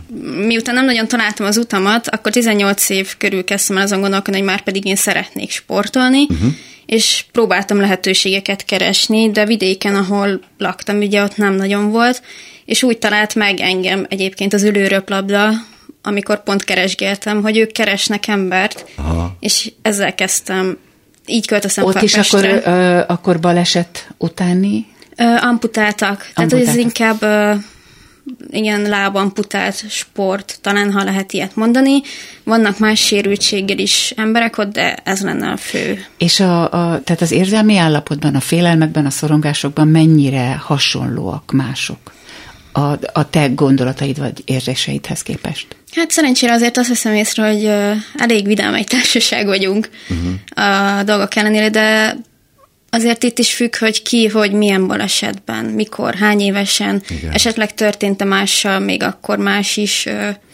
miután nem nagyon találtam az utamat, akkor tizennyolc év körül kezdtem el azon gondolkodni, hogy már pedig én szeretnék sportolni, uh-huh. és próbáltam lehetőségeket keresni, de vidéken, ahol laktam, ugye ott nem nagyon volt, és úgy talált meg engem egyébként az ülőröplabda, amikor pont keresgéltem, hogy ők keresnek embert, aha. és ezzel kezdtem, így költöztem Ott is akkor, ö, akkor baleset utáni? Ö, amputáltak. amputáltak. Tehát ez inkább ö, igen, lábamputált sport, talán ha lehet ilyet mondani. Vannak más sérültséggel is emberek ott, de ez lenne a fő. És a, a, tehát az érzelmi állapotban, a félelmekben, a szorongásokban mennyire hasonlóak mások a, a te gondolataid vagy érzéseidhez képest? Hát szerencsére azért azt veszem észre, hogy elég vidám egy társaság vagyunk uh-huh. a dolgok ellenére, de azért itt is függ, hogy ki, hogy milyen balesetben, mikor, hány évesen, igen. esetleg történt-e mással, még akkor más is,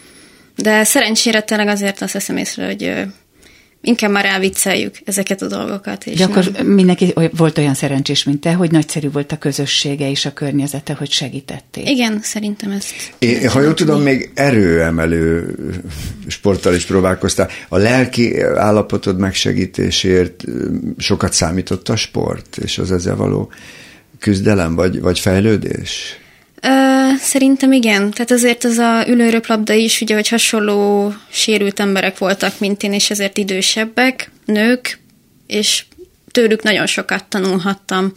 de szerencsére tényleg azért azt veszem észre, hogy inkább már elvicceljük ezeket a dolgokat. És de akkor nem... mindenki volt olyan szerencsés, mint te, hogy nagyszerű volt a közössége és a környezete, hogy segítették. Igen, szerintem ezt. Én, ha jól tudom, még erőemelő sporttal is próbálkoztál. A lelki állapotod megsegítésért sokat számított a sport, és az ezzel való küzdelem, vagy, vagy fejlődés? Uh, szerintem igen. Tehát azért az a ülőröplabda is, ugye, hogy hasonló sérült emberek voltak, mint én, és ezért idősebbek, nők, és tőlük nagyon sokat tanulhattam.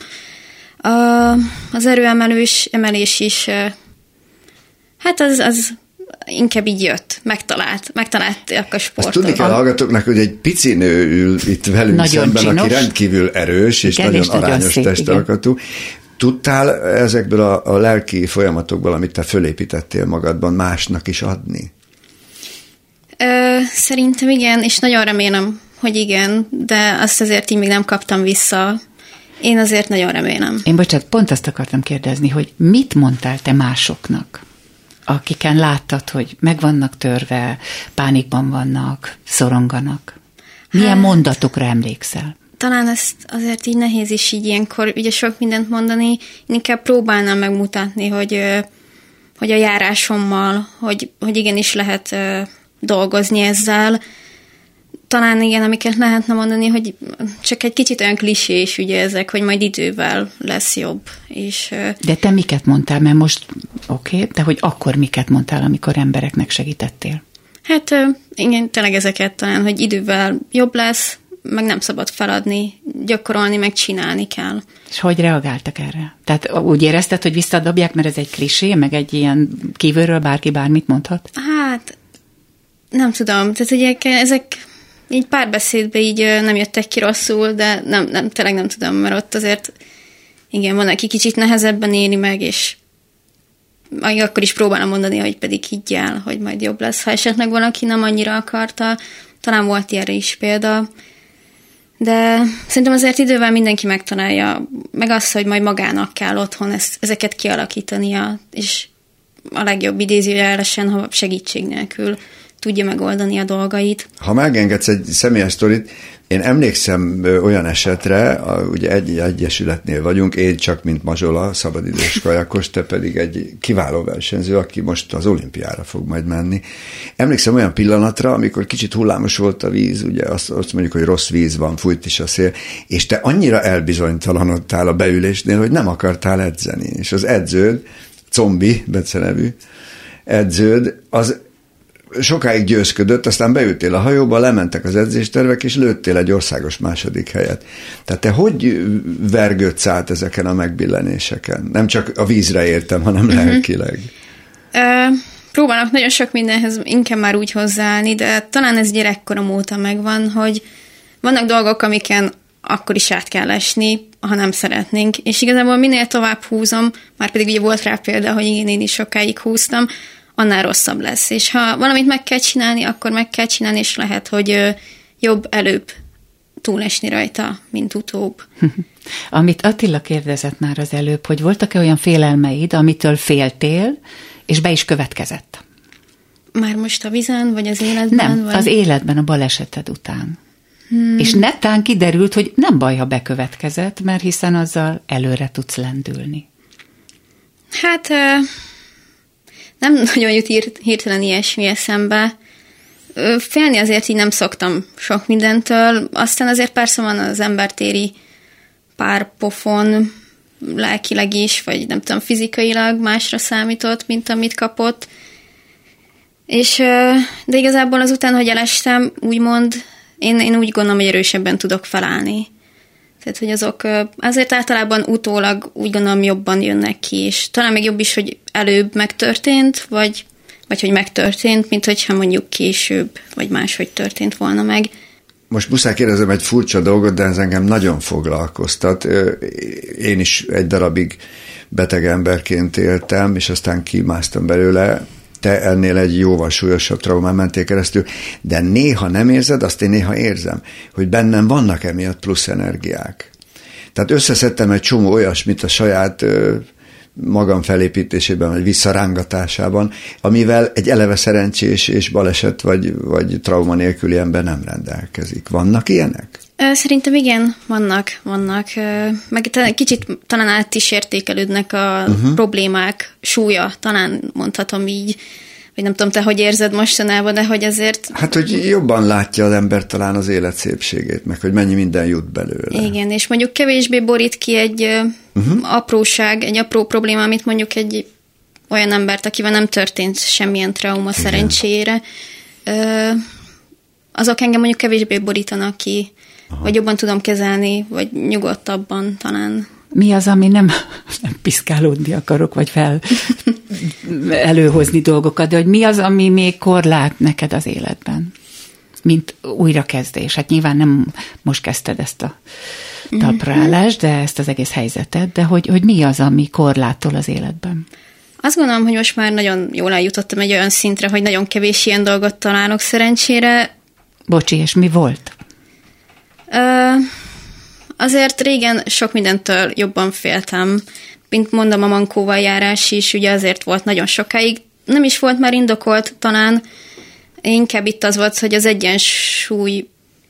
Uh, az erőemelős emelés is, uh, hát az, az inkább így jött, megtalált, megtalálták a sportot. Azt tudni kell hallgatóknak, hogy egy pici nő ül itt velünk nagyon szemben, csinos. Aki rendkívül erős, és igen, nagyon és arányos testalkatú. Tudtál ezekből a, a lelki folyamatokból, amit te fölépítettél magadban, másnak is adni? Ö, szerintem igen, és nagyon remélem, hogy igen, de azt azért így még nem kaptam vissza. Én azért nagyon remélem. Én bocsánat, pont azt akartam kérdezni, hogy mit mondtál te másoknak, akiken láttad, hogy meg vannak törve, pánikban vannak, szoronganak? Milyen hát... mondatokra emlékszel? Talán ezt azért így nehéz is így ilyenkor ugye sok mindent mondani, inkább próbálnám megmutatni, hogy, hogy a járásommal, hogy, hogy igenis lehet dolgozni ezzel. Talán igen, amiket lehetne mondani, hogy csak egy kicsit olyan klisés ugye ezek, hogy majd idővel lesz jobb. És, de te miket mondtál, mert most oké, okay, de hogy akkor miket mondtál, amikor embereknek segítettél? Hát igen, tényleg ezeket talán, hogy idővel jobb lesz, meg nem szabad feladni, gyakorolni, meg csinálni kell. És hogy reagáltak erre? Tehát úgy érezted, hogy visszadobják, mert ez egy klisé, meg egy ilyen kívülről bárki bármit mondhat? Hát, nem tudom. Tehát ugye ezek így párbeszédbe így nem jöttek ki rosszul, de nem, nem, tényleg nem tudom, mert ott azért igen, van, aki kicsit nehezebben éli meg, és akkor is próbálom mondani, hogy pedig higgyel, hogy majd jobb lesz. Ha esetleg valaki nem annyira akarta, talán volt ilyenre is példa, de szerintem azért idővel mindenki megtalálja, meg azt, hogy majd magának kell otthon ezt, ezeket kialakítania, és a legjobb idézőjelesen, ha segítség nélkül tudja megoldani a dolgait. Ha megengedsz egy személyes sztorit, én emlékszem olyan esetre, a, ugye egy egyesületnél vagyunk, én csak mint Mazsola, szabadidős kajakos, te pedig egy kiváló versenyző, aki most az olimpiára fog majd menni. Emlékszem olyan pillanatra, amikor kicsit hullámos volt a víz, ugye azt, azt mondjuk, hogy rossz víz van, fújt is a szél, és te annyira elbizonytalanodtál a beülésnél, hogy nem akartál edzeni. És az edződ, Combi, Bece nevű edződ, az sokáig győzködött, aztán beültél a hajóba, lementek az edzéstervek, és lőttél egy országos második helyet. Tehát te hogy vergődsz át ezeken a megbillenéseken? Nem csak a vízre értem, hanem uh-huh. lelkileg. Uh, próbálok nagyon sok mindenhez inkább már úgy hozzáállni, de talán ez gyerekkorom óta megvan, hogy vannak dolgok, amiken akkor is át kell esni, ha nem szeretnénk. És igazából minél tovább húzom, már pedig ugye volt rá példa, hogy igen, én is sokáig húztam, annál rosszabb lesz. És ha valamit meg kell csinálni, akkor meg kell csinálni, és lehet, hogy jobb előbb túlesni rajta, mint utóbb. Amit Attila kérdezett már az előbb, hogy voltak-e olyan félelmeid, amitől féltél, és be is következett? Már most a vízen, vagy az életben? Nem, vagy? az életben, a baleseted után. Hmm. És nettán kiderült, hogy nem baj, ha bekövetkezett, mert hiszen azzal előre tudsz lendülni. Hát... nem nagyon jut hirtelen ilyesmi eszembe. Félni azért így nem szoktam sok mindentől, aztán azért persze van az embertéri pár pofon, lelkileg is, vagy nem tudom, fizikailag másra számított, mint amit kapott. És, de igazából azután, hogy elestem, úgymond, én, én úgy gondolom, hogy erősebben tudok felállni. Tehát, hogy azok azért általában utólag úgy gondolom jobban jönnek ki, és talán még jobb is, hogy előbb megtörtént, vagy, vagy hogy megtörtént, mint hogyha mondjuk később, vagy máshogy történt volna meg. Most muszáj kérdezem egy furcsa dolgot, de ez engem nagyon foglalkoztat. Én is egy darabig beteg emberként éltem, és aztán kimásztam belőle. Te ennél egy jóval súlyosabb traumán mentél keresztül, de néha nem érzed, azt én néha érzem, hogy bennem vannak emiatt plusz energiák. Tehát összeszedtem egy csomó olyasmit a saját magam felépítésében, vagy visszarángatásában, amivel egy eleve szerencsés és baleset, vagy, vagy trauma nélküli ember nem rendelkezik. Vannak ilyenek? Szerintem igen, vannak, vannak. Meg kicsit talán át is értékelődnek a uh-huh. problémák súlya, talán mondhatom így, vagy nem tudom, te hogy érzed mostanában, de hogy azért... Hát, hogy jobban látja az ember talán az élet szépségét, meg hogy mennyi minden jut belőle. Igen, és mondjuk kevésbé borít ki egy uh-huh. apróság, egy apró probléma, amit mondjuk egy olyan embert, akivel nem történt semmilyen trauma igen. szerencsére, azok engem mondjuk kevésbé borítanak ki, aha. vagy jobban tudom kezelni, vagy nyugodtabban talán. Mi az, ami nem, nem piszkálódni akarok, vagy fel előhozni dolgokat, de hogy mi az, ami még korlát neked az életben? Mint újrakezdés. Hát nyilván nem most kezdted ezt a talpraállást, de ezt az egész helyzetet, de hogy, hogy mi az, ami korlátol az életben? Azt gondolom, hogy most már nagyon jól eljutottam egy olyan szintre, hogy nagyon kevés ilyen dolgot találok szerencsére. Bocsi, és mi volt? Uh, azért régen sok mindentől jobban féltem. Mint mondom, a mankóval járás is, ugye azért volt nagyon sokáig. Nem is volt már indokolt talán. Inkább itt az volt, hogy az egyensúly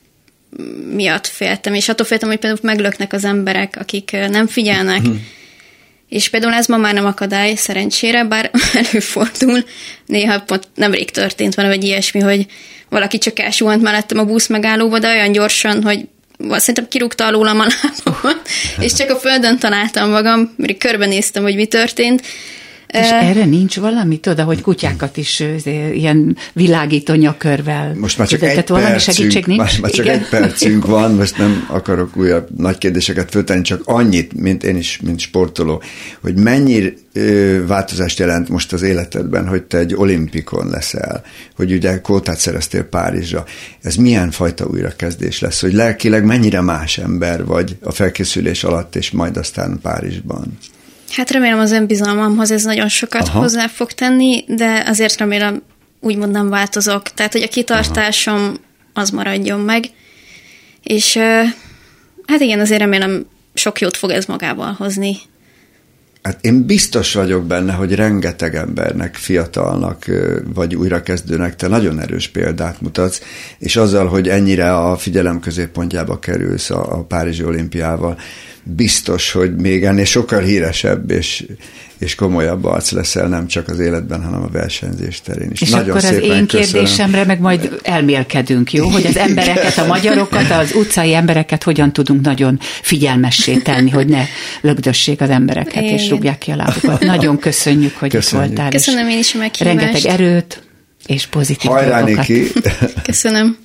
miatt féltem, és attól féltem, hogy például meglöknek az emberek, akik nem figyelnek. És például ez ma már nem akadály, szerencsére, bár előfordul. Néha pont nemrég történt valami egy ilyesmi, hogy valaki csak elsuhant mellettem a busz megállóba, de olyan gyorsan, hogy szerintem kirúgta alólam a lábamat, és csak a földön találtam magam, mert körbenéztem, hogy mi történt. És uh, erre nincs valami, tudod, hogy kutyákat is ilyen világító nyakörvel. Most már csak egy percünk, nincs? Már, már csak egy percünk van, most nem akarok újabb nagy kérdéseket föltenni, csak annyit, mint én is, mint sportoló, hogy mennyi ö, változást jelent most az életedben, hogy te egy olimpikon leszel, hogy ugye kvótát szereztél Párizsra. Ez milyen fajta újrakezdés lesz, hogy lelkileg mennyire más ember vagy a felkészülés alatt, és majd aztán Párizsban? Hát remélem az önbizalmamhoz ez nagyon sokat aha. hozzá fog tenni, de azért remélem úgymond nem változok. Tehát, hogy a kitartásom aha. az maradjon meg. És hát igen, azért remélem sok jót fog ez magával hozni. Hát én biztos vagyok benne, hogy rengeteg embernek, fiatalnak vagy újrakezdőnek te nagyon erős példát mutatsz, és azzal, hogy ennyire a figyelem középpontjába kerülsz a, a Párizsi olimpiával, biztos, hogy még ennél sokkal híresebb és, és komolyabb arc leszel, nem csak az életben, hanem a versenyzés terén is. És nagyon akkor az én kérdésemre köszönöm. meg majd elmélkedünk, jó? Hogy az embereket, a magyarokat, az utcai embereket hogyan tudunk nagyon figyelmessé tenni, hogy ne lögdössék az embereket, és rúgják ki a lábukat. Nagyon köszönjük, hogy köszönjük. Itt voltál. Köszönöm én is a meghívást. Rengeteg erőt és pozitív hajrá, dolgokat. Niki. Köszönöm.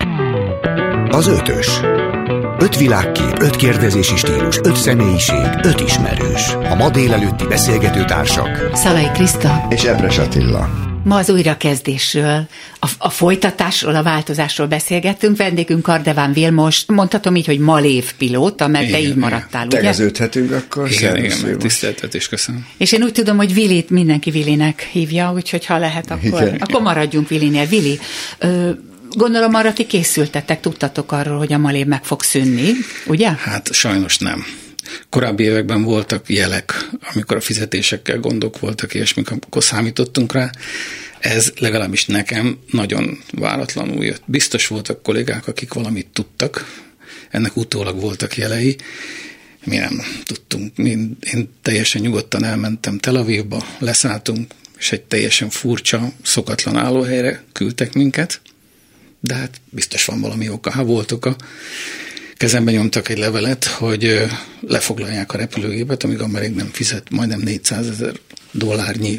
Az ötös. Öt világkép, öt kérdezési stílus, öt személyiség, öt ismerős. A ma délelőtti beszélgető társak. Szalai Kriszta és Epres Attila. Ma az újrakezdésről, a, a folytatásról, a változásról beszélgettünk. Vendégünk Kardeván Vilmos, mondhatom így, hogy malév pilóta, mert igen, te így maradtál, ugye? Tegeződhetünk akkor. Igen, igen, tiszteltetés, köszönöm. És én úgy tudom, hogy Vilit mindenki Vilinek hívja, úgyhogy ha lehet, akkor, akkor maradjunk Vilinél. Vili, ö, gondolom arra ti készültetek, tudtatok arról, hogy a malév meg fog szűnni, ugye? Hát sajnos nem. Korábbi években voltak jelek, amikor a fizetésekkel gondok voltak, és amikor számítottunk rá. Ez legalábbis nekem nagyon váratlanul jött. Biztos voltak kollégák, akik valamit tudtak, ennek utólag voltak jelei. Mi nem tudtunk. Én teljesen nyugodtan elmentem Tel Avivba, leszálltunk, és egy teljesen furcsa, szokatlan állóhelyre küldtek minket, de hát biztos van valami oka. Ha volt oka, kezembe nyomtak egy levelet, hogy lefoglalják a repülőgépet, amíg Amerik nem fizet majdnem négyszázezer dollárnyi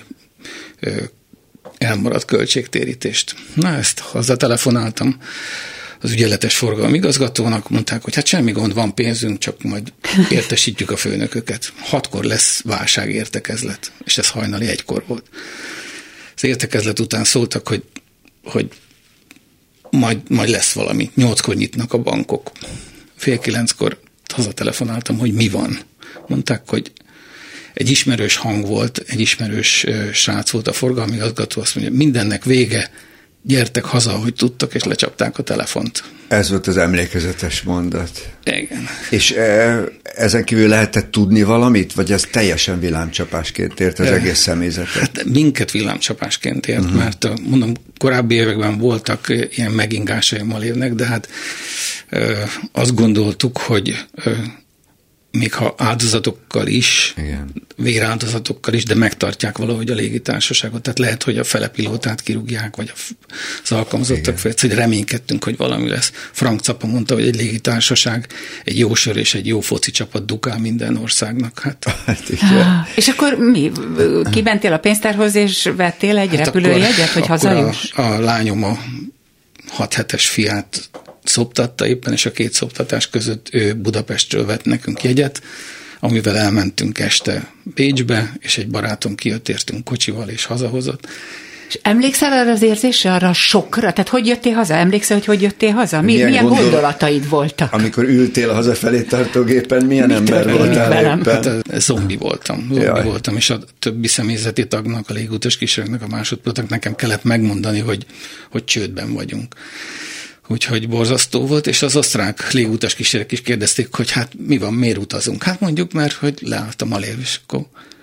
elmaradt költségtérítést. Na, ezt haza telefonáltam az ügyeletes forgalmi igazgatónak, mondták, hogy hát semmi gond, van pénzünk, csak majd értesítjük a főnököket. Hatkor lesz válságértekezlet, és ez hajnali egykor volt. Az értekezlet után szóltak, hogy, hogy majd, majd lesz valami. Nyolckor nyitnak a bankok. Fél kilenckor hazatelefonáltam, hogy mi van. Mondták, hogy egy ismerős hang volt, egy ismerős srác volt a forgalmi igazgató, azt mondja, mindennek vége, gyertek haza, ahogy tudtak, és lecsapták a telefont. Ez volt az emlékezetes mondat. Igen. És e, ezen kívül lehetett tudni valamit, vagy ez teljesen villámcsapásként ért az egész személyzetet? Hát minket villámcsapásként ért, uh-huh. mert mondom, korábbi években voltak ilyen megingásai a Malévnek, de hát ö, azt gondoltuk, hogy ö, még ha áldozatokkal is, igen. véráldozatokkal is, de megtartják valahogy a légitársaságot. Tehát lehet, hogy a fele pilótát kirúgják, vagy az alkalmazottak fel, hogy reménykedtünk, hogy valami lesz. Frank Zappa mondta, hogy egy légitársaság, egy jó sör és egy jó foci csapat dukál minden országnak. Hát. Ah, és akkor mi? Kimentél a pénztárhoz, és vettél egy hát repülőjegyet, hogy hazajuss? A, a lányom a hat hetes fiát szoptatta éppen, és a két szoptatás között ő Budapestről vett nekünk jegyet, amivel elmentünk este Bécsbe, és egy barátom kijött, értünk kocsival, és hazahozott. És emlékszel arra az érzésre, arra a sokra? Tehát hogy jöttél haza? Emlékszel, hogy hogy jöttél haza? Mi, milyen, milyen gondol... gondolataid voltak? Amikor ültél hazafelé tartógépen, milyen Mit ember voltál éppen? Hát, zombi voltam. Zombi Jaj. voltam, és a többi személyzeti tagnak, a légutas kísérőknek, a másodpilótáknak nekem kellett megmondani, hogy, hogy csődben vagyunk. Úgyhogy borzasztó volt, és az osztrák légutas kísérők is kérdezték, hogy hát mi van, miért utazunk? Hát mondjuk, mert hogy leállt a Malév, és akkor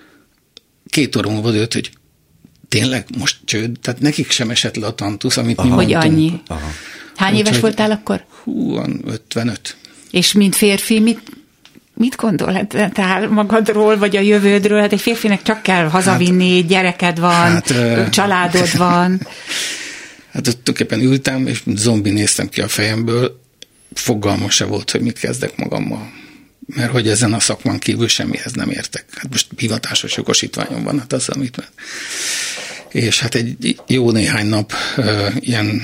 két óra múlva dőlt, hogy tényleg most csőd, tehát nekik sem esett le a tantusz, amit Aha. mi mondtunk. Hogy annyi. Aha. Hány éves voltál akkor? Húan, ötvenöt. És mint férfi, mit, mit gondoltál magadról, vagy a jövődről? Hát egy férfinek csak kell hazavinni, hát, gyereked van, hát, családod van. Hát tulajdonképpen ültem, és zombi néztem ki a fejemből, fogalmam se volt, hogy mit kezdek magammal. Mert hogy ezen a szakmán kívül semmihez nem értek. Hát most hivatásos jogosítványom van, hát az, amit mert. És hát egy jó néhány nap uh, ilyen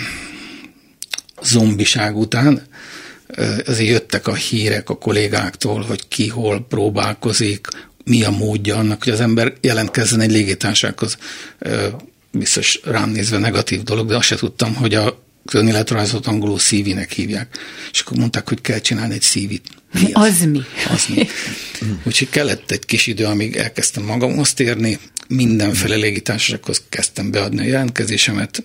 zombiság után uh, azért jöttek a hírek a kollégáktól, hogy ki hol próbálkozik, mi a módja annak, hogy az ember jelentkezzen egy légitársasághoz. Uh, biztos rám nézve negatív dolog, de azt se tudtam, hogy a önéletrajzot angolul C V-nek hívják. És akkor mondták, hogy kell csinálni egy C V-t. Mi az? Az mi? Az mi. Úgyhogy kellett egy kis idő, amíg elkezdtem magamhoz térni, mindenféle légitársasághoz kezdtem beadni a jelentkezésemet.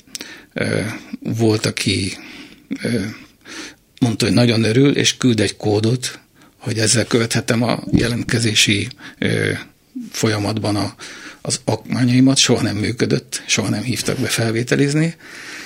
Volt, aki mondta, hogy nagyon örül, és küld egy kódot, hogy ezzel követhetem a jelentkezési folyamatban a az okmányaimat, soha nem működött, soha nem hívtak be felvételizni.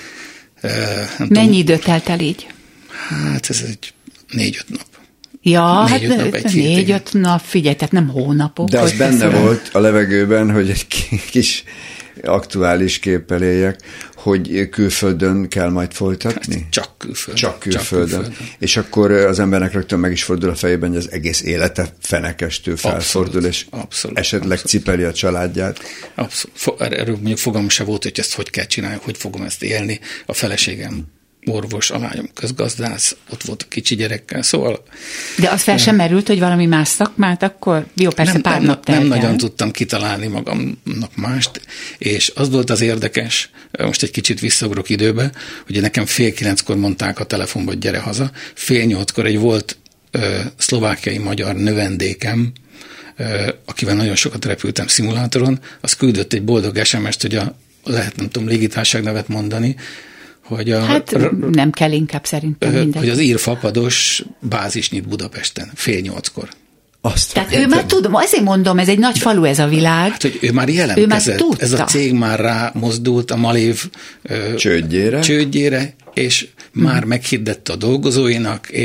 Nem Mennyi tudom, időt telt el így? Hát ez egy négy-öt nap. Ja, négy-öt hát nap, egy négy-öt nap, figyelj, tehát nem hónapok. De az benne beszél. Volt a levegőben, hogy egy kis aktuális képpel éljek, hogy külföldön kell majd folytatni? Hát csak külföldön. Csak külföldön. Csak külföldön. És akkor az embernek rögtön meg is fordul a fejében, hogy az egész élete fenekestől felfordul, abszolút, és abszolút, esetleg abszolút. Cipeli a családját. Abszolút. Erről mondjuk fogalmam se volt, hogy ezt hogy kell csinálni, hogy fogom ezt élni. A feleségem orvos, a lányom közgazdász, ott volt a kicsi gyerekkel, szóval... De az fel sem merült, hogy valami más szakmát, akkor jó, persze nem, pár nem, nap Nem nagyon tudtam kitalálni magamnak mást, és az volt az érdekes, most egy kicsit visszaugrok időbe, hogy nekem fél kilenckor mondták a telefonba, hogy gyere haza, fél nyolckor egy volt ö, szlovákiai magyar növendékem, ö, akivel nagyon sokat repültem szimulátoron, az küldött egy boldog es em es-t, hogy a, lehet nem tudom légitársaság nevet mondani, hogy a, hát nem kell inkább szerintem mindegy. Hogy az írfapados bázis nyit Budapesten, fél nyolckor. Azt Tehát ő már tudom, azért mondom, ez egy nagy falu ez a világ. Hát, hogy ő már jelentkezett, ő már ez a cég már rá mozdult a Malév csődjére, csődjére és hmm. már meghirdette a dolgozóinak, és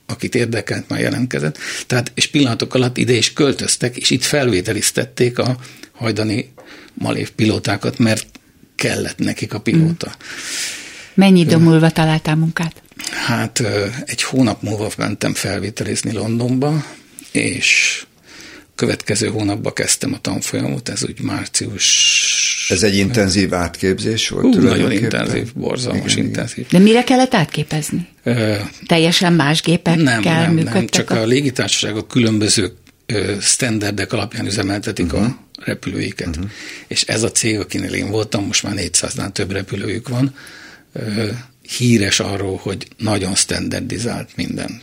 akit érdekelt, már jelentkezett. Tehát, és pillanatok alatt ide is költöztek, és itt felvételiztették a hajdani malév pilótákat, mert kellett nekik a pilóta. Mm. Mennyi idő múlva találtál munkát? Hát egy hónap múlva mentem felvételizni Londonba, és következő hónapban kezdtem a tanfolyamot, ez úgy március... Ez egy intenzív átképzés volt? Hú, nagyon intenzív, borzalmas igen, intenzív. De mire kellett átképezni? Ö, Teljesen más gépekkel nem, nem, működtek? Nem, csak a, a légitársaságok különböző ö, standardek alapján üzemeltetik uh-huh. a repülőiket. Uh-huh. És ez a cég, akinél én voltam, most már négyszáznál több repülőjük van, ö, híres arról, hogy nagyon standardizált minden.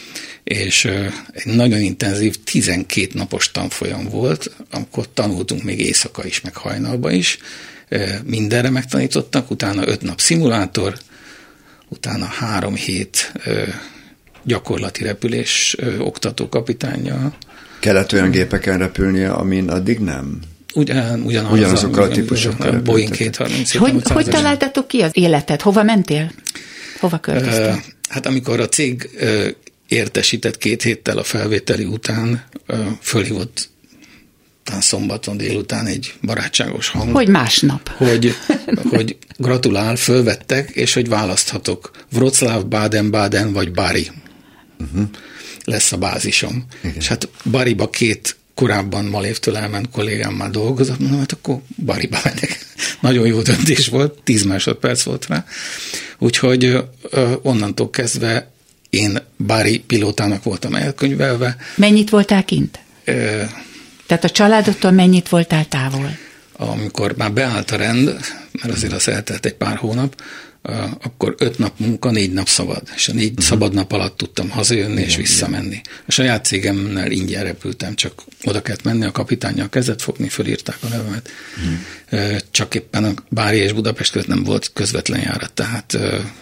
És ö, egy nagyon intenzív tizenkét napos tanfolyam volt, amikor tanultunk még éjszaka is, meg hajnalba is. Ö, mindenre megtanítottak, utána öt nap szimulátor, utána három hét ö, gyakorlati repülés ö, oktatókapitánnyal. Kellett olyan gépeken repülnie, amin addig nem? Ugyan, ugyanaz, Ugyanazokkal a típusokkal a Boeing kétszázharmincöt. Hogy, hogy találtatok ki az életet? Hova mentél? Hova költöztél? Uh, hát amikor a cég uh, értesített két héttel a felvételi után, uh, fölhívott talán szombaton délután egy barátságos hang. Hogy másnap. Hogy, hogy gratulál, fölvettek, és hogy választhatok Wroclaw, Baden-Baden vagy Bari. Uh-huh. Lesz a bázisom. Igen. És hát Bariba két korábban Malévtől elment kollégámmal dolgozott, mondom, hát akkor Bariba mennek. Nagyon jó döntés volt, tíz másodperc volt rá. Úgyhogy ö, onnantól kezdve én Bari pilótának voltam elkönyvelve. Mennyit voltál kint? Ö, Tehát a családodtól mennyit voltál távol? Amikor már beállt a rend, mert azért az eltelt egy pár hónap, akkor öt nap munka, négy nap szabad. És a négy uh-huh. szabad nap alatt tudtam hazajönni igen, és visszamenni. Igen. A saját cégemmel ingyen repültem, csak oda kellett menni, a kapitánnyal kezet fogni, fölírták a nevemet. Uh-huh. Csak éppen a Bári és Budapest között nem volt közvetlen járat, tehát...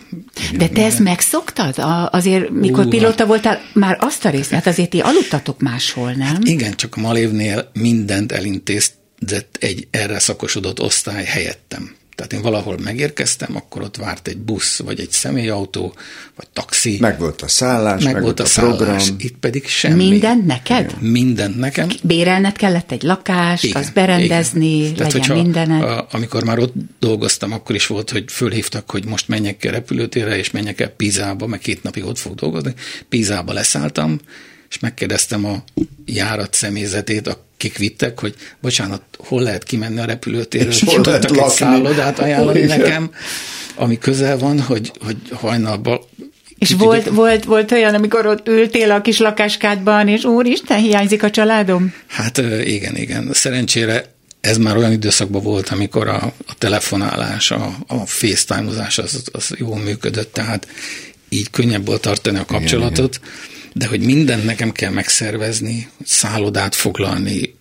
De te ezt megszoktad? Azért, mikor uh, pilóta voltál, már azt a részt, hát azért ti aludtatok máshol, nem? Hát igen, csak a Malévnél mindent elintézett egy erre szakosodott osztály helyettem. Tehát én valahol megérkeztem, akkor ott várt egy busz, vagy egy személyautó, vagy taxi. Meg volt a szállás, meg, meg volt a, a program. Szállás, itt pedig semmi. Mindent neked? Igen. Mindent nekem. Bérelned kellett egy lakást, igen, azt berendezni, igen. legyen Tehát, mindened. A, amikor már ott dolgoztam, akkor is volt, hogy fölhívtak, hogy most menjek el repülőtérre, és menjek el Pizába, meg két napig ott fog dolgozni. Pizába leszálltam, és megkérdeztem a járat személyzetét, akik vittek, hogy bocsánat, hol lehet kimenni a repülőtérre, és hol tudtak egy szállodát ajánlani oh, nekem, ami közel van, hogy, hogy hajnalban. És volt, volt, volt olyan, amikor ott ültél a kis lakáskádban, és úristen, hiányzik a családom? Hát igen, igen. Szerencsére ez már olyan időszakban volt, amikor a, a telefonálás, a, a FaceTime-ozás az, az jól működött, tehát így könnyebb volt tartani a kapcsolatot. Igen, igen. De hogy mindent nekem kell megszervezni, szállodát foglalni,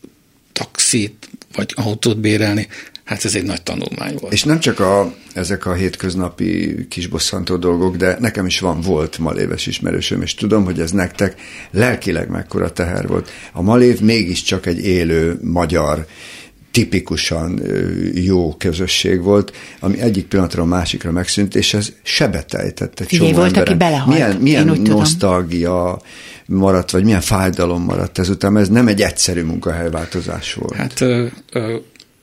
taxit, vagy autót bérelni, hát ez egy nagy tanulmány volt. És nem csak a, ezek a hétköznapi kisbosszantó dolgok, de nekem is van, volt maléves ismerősöm, és tudom, hogy ez nektek lelkileg mekkora teher volt. A Malév mégiscsak egy élő magyar, tipikusan jó közösség volt, ami egyik pillanatra a másikra megszűnt, és ez sebet ejtett egy csomó volt, aki belehalt. Milyen, milyen nosztalgia maradt, vagy milyen fájdalom maradt ezután, ez nem egy egyszerű munkahelyváltozás volt. Hát ö, ö,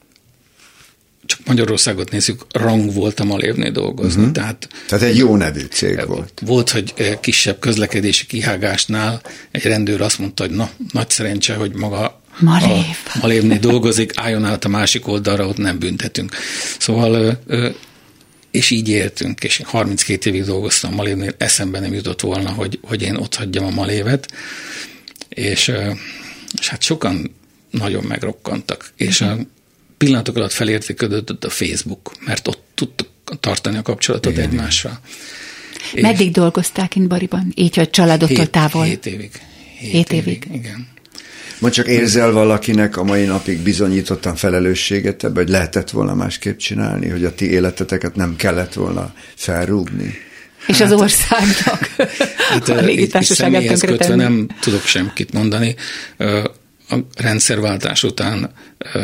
csak Magyarországot nézzük, rang volt a Malévnél dolgozni. Uh-huh. Tehát, tehát egy jó nevű cég volt. Volt, hogy kisebb közlekedési kihágásnál egy rendőr azt mondta, hogy na, nagy szerencse, hogy maga Malév. A Malévnél dolgozik, álljon át a másik oldalra, ott nem büntetünk. Szóval, és így éltünk, és harminckét évig dolgoztam a Malévnél, eszembe nem jutott volna, hogy, hogy én ott hagyjam a Malévet, és, és hát sokan nagyon megrokkantak, és a pillanatok alatt felértékelődött a Facebook, mert ott tudtuk tartani a kapcsolatot igen, egymással. Meddig és dolgozták kint Bariban? Így, hogy családodtól hét, távol? Hét évig. Hét, hét évig. évig. Igen. Most csak érzel valakinek a mai napig bizonyítottan felelősséget ebbe, hogy lehetett volna másképp csinálni, hogy a ti életeteket nem kellett volna felrúgni? És hát, az országnak hát, a légitársaságát tönkretenni. Nem tudok semmit mondani. A rendszerváltás után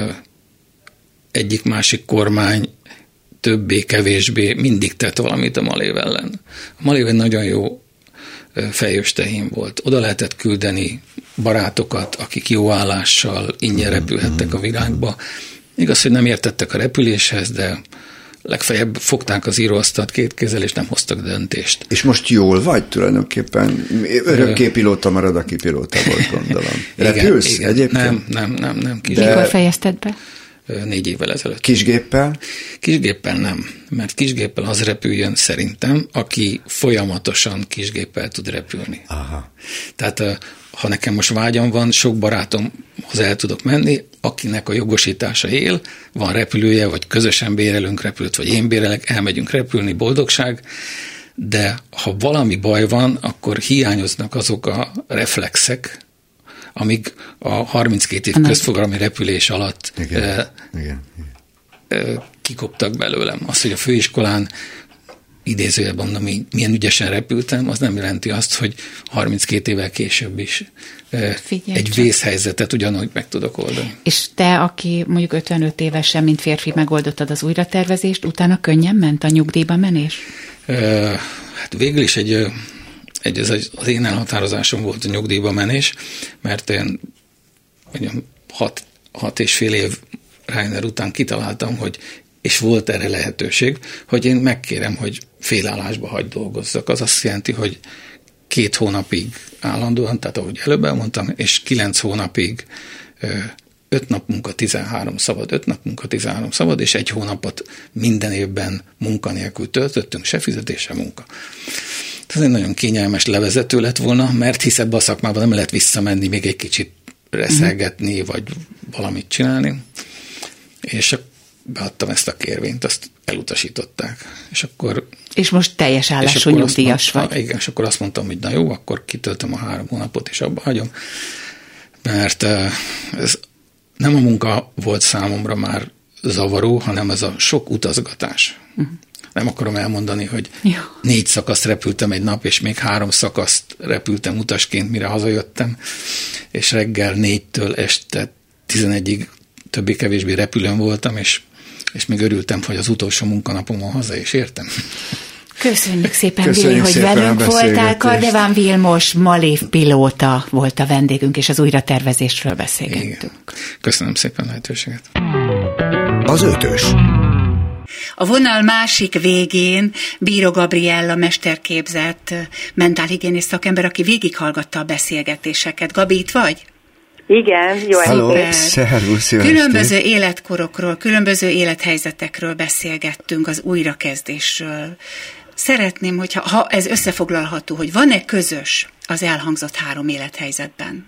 egyik-másik kormány többé-kevésbé mindig tett valamit a Malév ellen. A Malév egy nagyon jó fejős-tehén volt. Oda lehetett küldeni barátokat, akik jó állással ingyen repülhettek a világba. Igaz, hogy nem értettek a repüléshez, de legfeljebb fogták az íróasztalt két kézzel, és nem hoztak döntést. És most jól vagy tulajdonképpen? Örökké pilóta marad, aki pilóta volt, gondolom. Repülsz igen, egyébként? Nem, nem, nem. nem de... Mikor fejezted be? Négy évvel ezelőtt. Kisgéppel? Kisgéppel nem, mert kisgéppel az repüljön szerintem, aki folyamatosan kisgéppel tud repülni. Aha. Tehát ha nekem most vágyam van, sok barátomhoz el tudok menni, akinek a jogosítása él, van repülője, vagy közösen bérelünk repülőt, vagy én bérelek, elmegyünk repülni, boldogság, de ha valami baj van, akkor hiányoznak azok a reflexek, amíg a harminckét év közfogalmi repülés alatt igen, eh, igen, igen. kikoptak belőlem. Az, hogy a főiskolán idézőjelben mondom, milyen ügyesen repültem, az nem jelenti azt, hogy harminckét évvel később is Figyelj egy csak. vészhelyzetet ugyanúgy meg tudok oldani. És te, aki mondjuk ötvenöt évesen, mint férfi megoldottad az újratervezést, utána könnyen ment a nyugdíjba menés? Uh, hát végül is egy, egy ez az én elhatározásom volt a nyugdíjba menés, mert én mondjam, hat, hat és fél év Reiner után kitaláltam, hogy és volt erre lehetőség, hogy én megkérem, hogy félállásba hagy dolgozzak. Az azt jelenti, hogy két hónapig állandóan, tehát ahogy előbb elmondtam, és kilenc hónapig öt nap munka, tizenhárom szabad, öt nap munka, tizenhárom szabad, és egy hónapot minden évben munkanélkül töltöttünk, se fizetés, se munka. Ez egy nagyon kényelmes levezető lett volna, mert hisz ebbe a szakmában nem lehet visszamenni, még egy kicsit reszelgetni, vagy valamit csinálni. És beadtam ezt a kérvényt, azt elutasították. És akkor... És most teljes állású nyugdíjas mondta, vagy. Igen, és akkor azt mondtam, hogy na jó, akkor kitöltöm a három hónapot, és abba hagyom. Mert ez nem a munka volt számomra már zavaró, hanem ez a sok utazgatás. Uh-huh. Nem akarom elmondani, hogy jó. négy szakaszt repültem egy nap, és még három szakaszt repültem utasként, mire hazajöttem, és reggel négytől este tizenegyig többé-kevésbé repülőn voltam, és, és még örültem, hogy az utolsó munkanapomon haza is értem. Köszönjük szépen, Köszönjük Vili, hogy szépen velünk voltál. Kardeván Vilmos, Malév pilóta volt a vendégünk, és az újratervezésről beszélgettünk. Igen. Köszönöm szépen a lehetőséget. Az ötös. A vonal másik végén Bíró Gabriella mesterképzett mentálhigiénész szakember, aki végighallgatta a beszélgetéseket. Gabi, itt vagy? Igen, jó estét. Szervusz, jó Különböző estét. Életkorokról, különböző élethelyzetekről beszélgettünk, az újrakezdésről. Szeretném, hogyha ha ez összefoglalható, hogy van-e közös az elhangzott három élethelyzetben?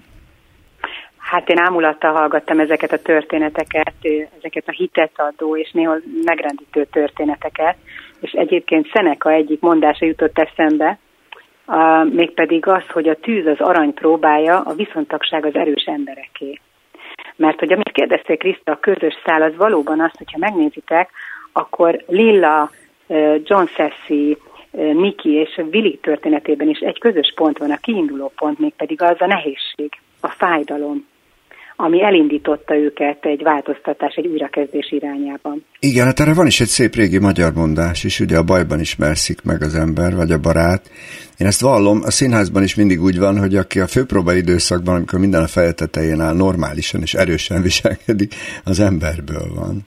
Hát én ámulattal hallgattam ezeket a történeteket, ezeket a hitet adó és néha megrendítő történeteket, és egyébként Seneca egyik mondása jutott eszembe, Uh, mégpedig az, hogy a tűz az arany próbája, a viszontagság az erős embereké. Mert hogy amit kérdeztél, Kriszta, a közös szál az valóban az, hogyha megnézitek, akkor Lilla, John Sassy, Nikki és Willi történetében is egy közös pont van, a kiinduló pont, mégpedig az a nehézség, a fájdalom, ami elindította őket egy változtatás, egy újrakezdés irányában. Igen, hát erre van is egy szép régi magyar mondás is, ugye a bajban ismerszik meg az ember, vagy a barát. Én ezt vallom, a színházban is mindig úgy van, hogy aki a főpróba időszakban, amikor minden a feje tetején áll, normálisan és erősen viselkedik, az emberből van.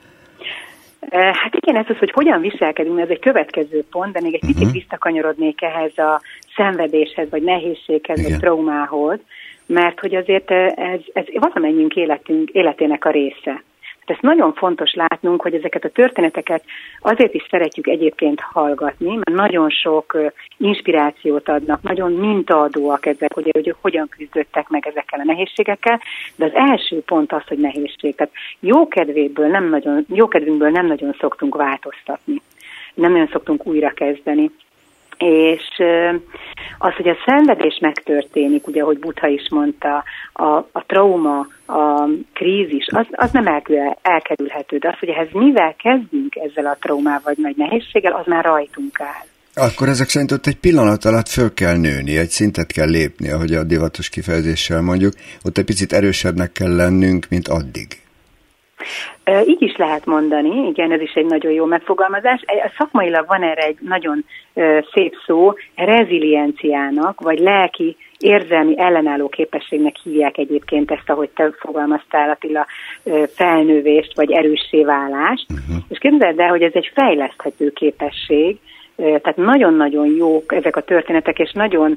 Hát igen, ez az, hogy hogyan viselkedünk, ez egy következő pont, de még egy uh-huh. picit visszakanyarodnék ehhez a szenvedéshez, vagy nehézséghez, igen. vagy traumához, mert hogy azért ez, ez valamennyiünk életünk, életének a része. Ezt nagyon fontos látnunk, hogy ezeket a történeteket azért is szeretjük egyébként hallgatni, mert nagyon sok inspirációt adnak, nagyon mintaadóak ezek, hogy, hogy hogyan küzdöttek meg ezekkel a nehézségekkel, de az első pont az, hogy nehézség. Tehát jókedvéből nem nagyon, jókedvünkből nem nagyon szoktunk változtatni, nem nagyon szoktunk újrakezdeni. És az, hogy a szenvedés megtörténik, ugye, ahogy Buddha is mondta, a, a trauma, a krízis, az, az nem elkerülhető, de az, hogy ehhez mivel kezdünk ezzel a traumával vagy nagy nehézséggel, az már rajtunk áll. Akkor ezek szerint ott egy pillanat alatt föl kell nőni, egy szintet kell lépni, ahogy a divatos kifejezéssel mondjuk, ott egy picit erősebbnek kell lennünk, mint addig. Így is lehet mondani, igen, ez is egy nagyon jó megfogalmazás. Szakmailag van erre egy nagyon szép szó, rezilienciának, vagy lelki, érzelmi ellenálló képességnek hívják egyébként ezt, ahogy te fogalmaztál, Attila, felnővést, vagy erőssé válást. Uh-huh. És képzeld el, hogy ez egy fejleszthető képesség, tehát nagyon-nagyon jók ezek a történetek, és nagyon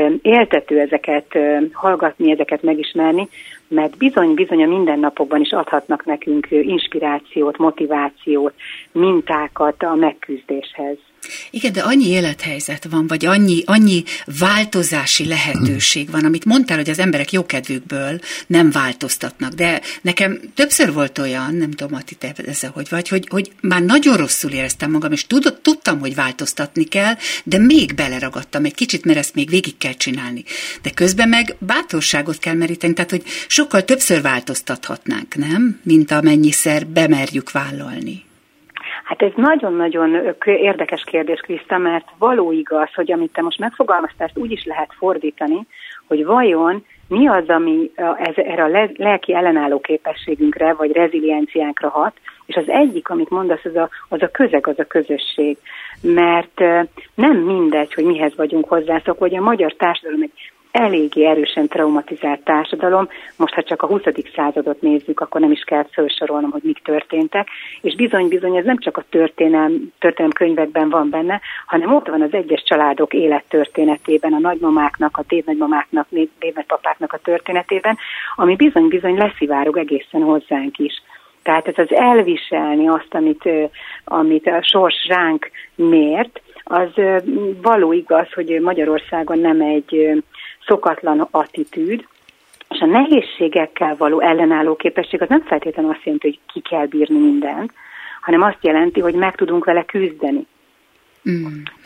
éltető ezeket hallgatni, ezeket megismerni, mert bizony-bizony a mindennapokban is adhatnak nekünk inspirációt, motivációt, mintákat a megküzdéshez. Igen, de annyi élethelyzet van, vagy annyi, annyi változási lehetőség van, amit mondtál, hogy az emberek jókedvükből nem változtatnak, de nekem többször volt olyan, nem tudom, Atti, te ezzel hogy vagy, hogy, hogy már nagyon rosszul éreztem magam, és tudod, tudtam, hogy változtatni kell, de még beleragadtam egy kicsit, mert ezt még végig kell csinálni. De közben meg bátorságot kell meríteni, tehát, hogy sokkal többször változtathatnánk, nem? Mint amennyiszer bemerjük vállalni. Hát ez nagyon-nagyon érdekes kérdés, Kriszta, mert való igaz, hogy amit te most megfogalmaztál, ezt úgy is lehet fordítani, hogy vajon mi az, ami ez, erre a lelki ellenálló képességünkre, vagy rezilienciánkra hat, és az egyik, amit mondasz, az a, az a közeg, az a közösség. Mert nem mindegy, hogy mihez vagyunk hozzászokva, hogy a magyar társadalom egy eléggé erősen traumatizált társadalom, most ha csak a huszadik századot nézzük, akkor nem is kell felsorolnom, hogy mik történtek, és bizony-bizony ez nem csak a történelem, történelem könyvekben van benne, hanem ott van az egyes családok élettörténetében, a nagymamáknak, a dédnagymamáknak, dédnagypapáknak a történetében, ami bizony-bizony leszivárog egészen hozzánk is. Tehát ez az elviselni azt, amit, amit a sors ránk mért, az való igaz, hogy Magyarországon nem egy szokatlan attitűd, és a nehézségekkel való ellenálló képesség az nem feltétlenül azt jelenti, hogy ki kell bírni mindent, hanem azt jelenti, hogy meg tudunk vele küzdeni. Mm.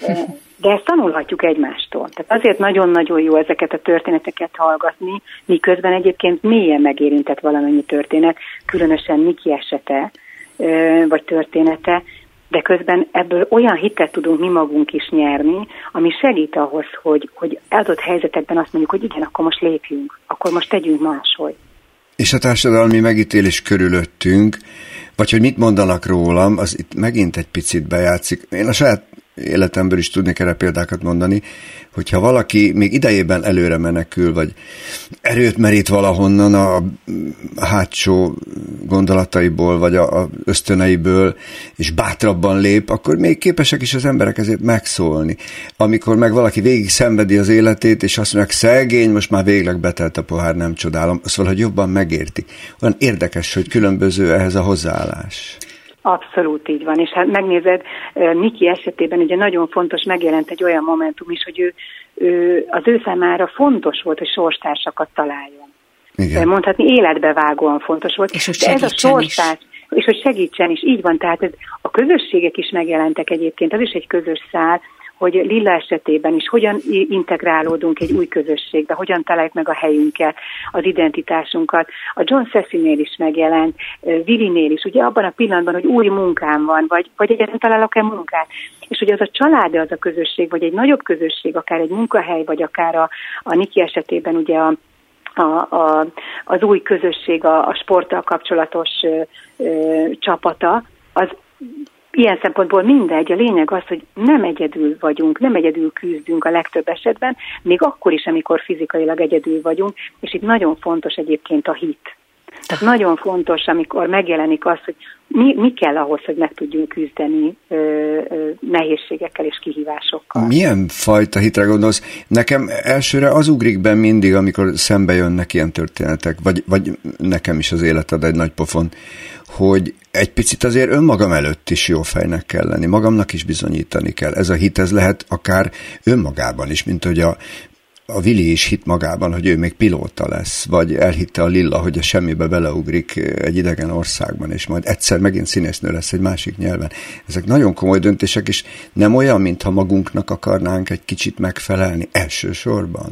De ezt tanulhatjuk egymástól. Tehát azért nagyon-nagyon jó ezeket a történeteket hallgatni, miközben egyébként mélyen megérintett valamennyi történet, különösen Niki esete, vagy története, de közben ebből olyan hitet tudunk mi magunk is nyerni, ami segít ahhoz, hogy, hogy adott helyzetekben azt mondjuk, hogy igen, akkor most lépjünk, akkor most tegyünk máshogy. És a társadalmi megítélés körülöttünk, vagy hogy mit mondanak rólam, az itt megint egy picit bejátszik. Én a saját életemből is tudnék erre példákat mondani, hogyha valaki még idejében előre menekül, vagy erőt merít valahonnan a hátsó gondolataiból, vagy a ösztöneiből, és bátrabban lép, akkor még képesek is az emberek ezért megszólni. Amikor meg valaki végig szenvedi az életét, és azt mondják, szegény, most már végleg betelt a pohár, nem csodálom, azt valahogy jobban megérti. Olyan érdekes, hogy különböző ehhez a hozzáállás. Abszolút így van, és hát megnézed, Niki esetében ugye nagyon fontos, megjelent egy olyan momentum is, hogy ő, ő, az ő számára fontos volt, hogy sorstársakat találjon. Igen. Mondhatni életbevágóan fontos volt. És hogy de ez a sorstárs, is. És hogy segítsen is, így van, tehát ez, a közösségek is megjelentek egyébként, az is egy közös szál, hogy Lilla esetében is hogyan integrálódunk egy új közösségbe, hogyan találjuk meg a helyünket, az identitásunkat. A John Cecinél is megjelent, Willinél is, ugye abban a pillanatban, hogy új munkám van, vagy, vagy egyáltalán találok-e munkát. És ugye az a család, az a közösség, vagy egy nagyobb közösség, akár egy munkahely, vagy akár a, a Niki esetében ugye a A, a, az új közösség, a, a sporttal kapcsolatos ö, ö, csapata, az ilyen szempontból mindegy. A lényeg az, hogy nem egyedül vagyunk, nem egyedül küzdünk a legtöbb esetben, még akkor is, amikor fizikailag egyedül vagyunk, és itt nagyon fontos egyébként a hit. Tehát nagyon fontos, amikor megjelenik az, hogy mi, mi kell ahhoz, hogy meg tudjunk küzdeni ö, ö, nehézségekkel és kihívásokkal. Milyen fajta hitre gondolsz? Nekem elsőre az ugrik be mindig, amikor szembe jönnek ilyen történetek, vagy, vagy nekem is az élet ad egy nagy pofon, hogy egy picit azért önmagam előtt is jó fejnek kell lenni, magamnak is bizonyítani kell. Ez a hit, ez lehet akár önmagában is, mint hogy a A Vili is hitt magában, hogy ő még pilóta lesz, vagy elhitte a Lilla, hogy a semmibe beleugrik egy idegen országban, és majd egyszer megint színésznő lesz egy másik nyelven. Ezek nagyon komoly döntések, és nem olyan, mintha magunknak akarnánk egy kicsit megfelelni elsősorban.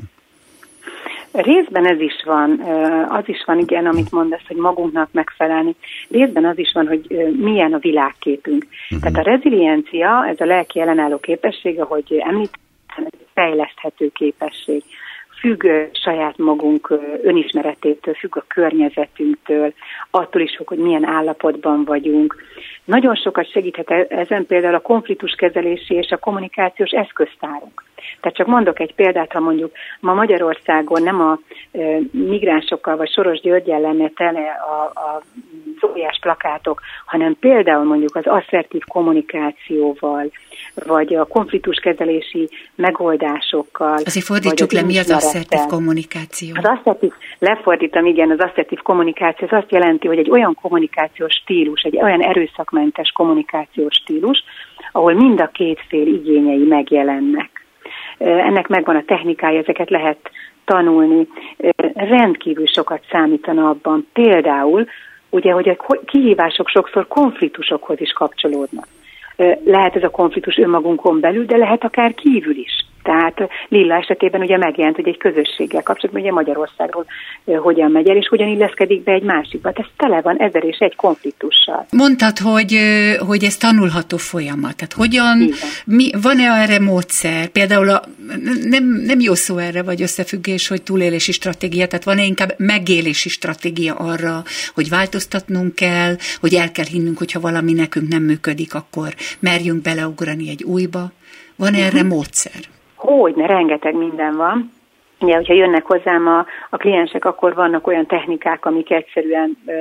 Részben ez is van, az is van, igen, amit mondasz, hogy magunknak megfelelni. Részben az is van, hogy milyen a világképünk. Uh-huh. Tehát a reziliencia, ez a lelki ellenálló képesség, ahogy említettem, fejleszthető képesség. függ saját magunk önismeretétől, függ a környezetünktől, attól is, hogy milyen állapotban vagyunk. Nagyon sokat segíthet ezen például a konfliktuskezelési és a kommunikációs eszköztárunk. Tehát csak mondok egy példát, ha mondjuk ma Magyarországon nem a e, migránsokkal vagy Soros Györggyel lenne tele a, a óriás plakátok, hanem például mondjuk az asszertív kommunikációval, vagy a konfliktuskezelési megoldásokkal. Azért fordítsuk le, mi az asszertív kommunikáció? Az asszertív, lefordítom, igen, az asszertív kommunikáció az azt jelenti, hogy egy olyan kommunikációs stílus, egy olyan erőszakmentes kommunikációs stílus, ahol mind a két fél igényei megjelennek. Ennek megvan a technikája, ezeket lehet tanulni. Rendkívül sokat számítana abban. Például, ugye, hogy a kihívások sokszor konfliktusokhoz is kapcsolódnak. Lehet ez a konfliktus önmagunkon belül, de lehet akár kívül is. Tehát Lilla esetében ugye megjelent, hogy egy közösséggel kapcsolatban, ugye Magyarországról hogyan megy el, és hogyan illeszkedik be egy másikba. Ez tele van ezer és egy konfliktussal. Mondtad, hogy, hogy ez tanulható folyamat. Tehát hogyan, mi, van-e erre módszer? Például a, nem, nem jó szó erre, vagy összefüggés, hogy túlélési stratégia, tehát van-e inkább megélési stratégia arra, hogy változtatnunk kell, hogy el kell hinnünk, hogyha valami nekünk nem működik, akkor merjünk beleugrani egy újba. Van erre uh-huh. módszer? Hogyne, rengeteg minden van. Ugye, hogyha jönnek hozzám a, a kliensek, akkor vannak olyan technikák, amik egyszerűen ö,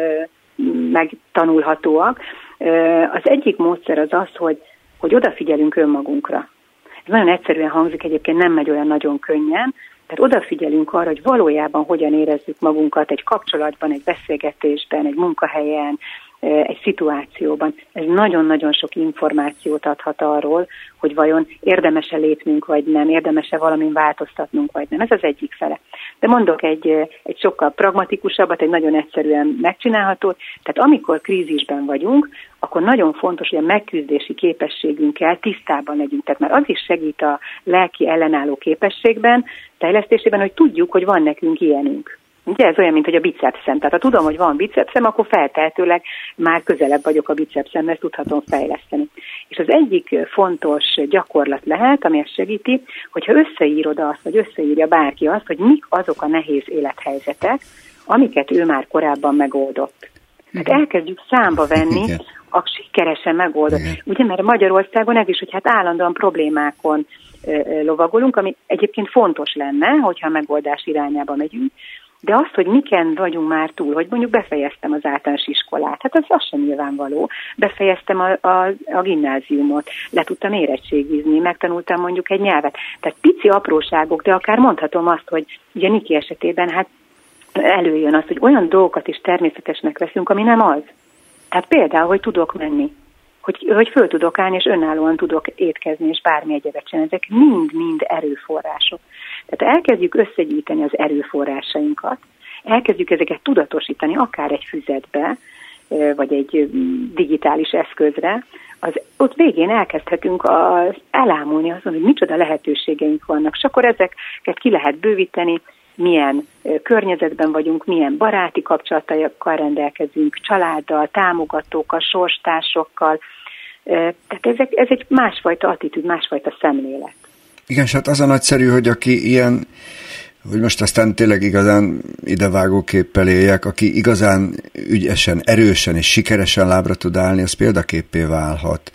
megtanulhatóak. Ö, az egyik módszer az az, hogy, hogy odafigyelünk önmagunkra. Ez nagyon egyszerűen hangzik, egyébként nem megy olyan nagyon könnyen, tehát odafigyelünk arra, hogy valójában hogyan érezzük magunkat egy kapcsolatban, egy beszélgetésben, egy munkahelyen, egy szituációban. Ez nagyon-nagyon sok információt adhat arról, hogy vajon érdemes-e lépnünk, vagy nem, érdemes-e valamin változtatnunk, vagy nem. Ez az egyik fele. De mondok egy, egy sokkal pragmatikusabbat, egy nagyon egyszerűen megcsinálhatót. Tehát amikor krízisben vagyunk, akkor nagyon fontos, hogy a megküzdési képességünkkel tisztában legyünk. Tehát már az is segít a lelki ellenálló képességben, fejlesztésében, hogy tudjuk, hogy van nekünk ilyenünk. Ugye ez olyan, mint hogy a bicepszem. Tehát ha tudom, hogy van bicepszem, akkor feltehetőleg már közelebb vagyok a bicepszemhez, tudhatom fejleszteni. És az egyik fontos gyakorlat lehet, ami ezt segíti, hogyha összeírod azt, vagy összeírja bárki azt, hogy mik azok a nehéz élethelyzetek, amiket ő már korábban megoldott. Tehát elkezdjük számba venni Igen. a sikeresen megoldott. Igen. Ugye, mert Magyarországon ez is, hogy hát állandóan problémákon ö, lovagolunk, ami egyébként fontos lenne, hogyha a megoldás irányába megyünk, de azt, hogy miken vagyunk már túl, hogy mondjuk befejeztem az általános iskolát, hát az, az sem nyilvánvaló. Befejeztem a, a, a gimnáziumot, le tudtam érettségizni, megtanultam mondjuk egy nyelvet. Tehát pici apróságok, de akár mondhatom azt, hogy ugye Niki esetében hát előjön az, hogy olyan dolgokat is természetesnek veszünk, ami nem az. Tehát például, hogy tudok menni, hogy, hogy föl tudok állni, és önállóan tudok étkezni, és bármi egyebet csinálni. Ezek mind-mind erőforrások. Tehát elkezdjük összegyűjteni az erőforrásainkat, elkezdjük ezeket tudatosítani, akár egy füzetbe, vagy egy digitális eszközre, az, ott végén elkezdhetünk az, elámulni azon, hogy micsoda lehetőségeink vannak, és akkor ezeket ki lehet bővíteni, milyen környezetben vagyunk, milyen baráti kapcsolatokkal rendelkezünk, családdal, támogatókkal, sorstársokkal. Tehát ezek, ez egy másfajta attitűd, másfajta szemlélet. Igen, és hát az a nagyszerű, hogy aki ilyen, hogy most aztán tényleg igazán idevágó képpel éljek, aki igazán ügyesen, erősen és sikeresen lábra tud állni, az példaképpé válhat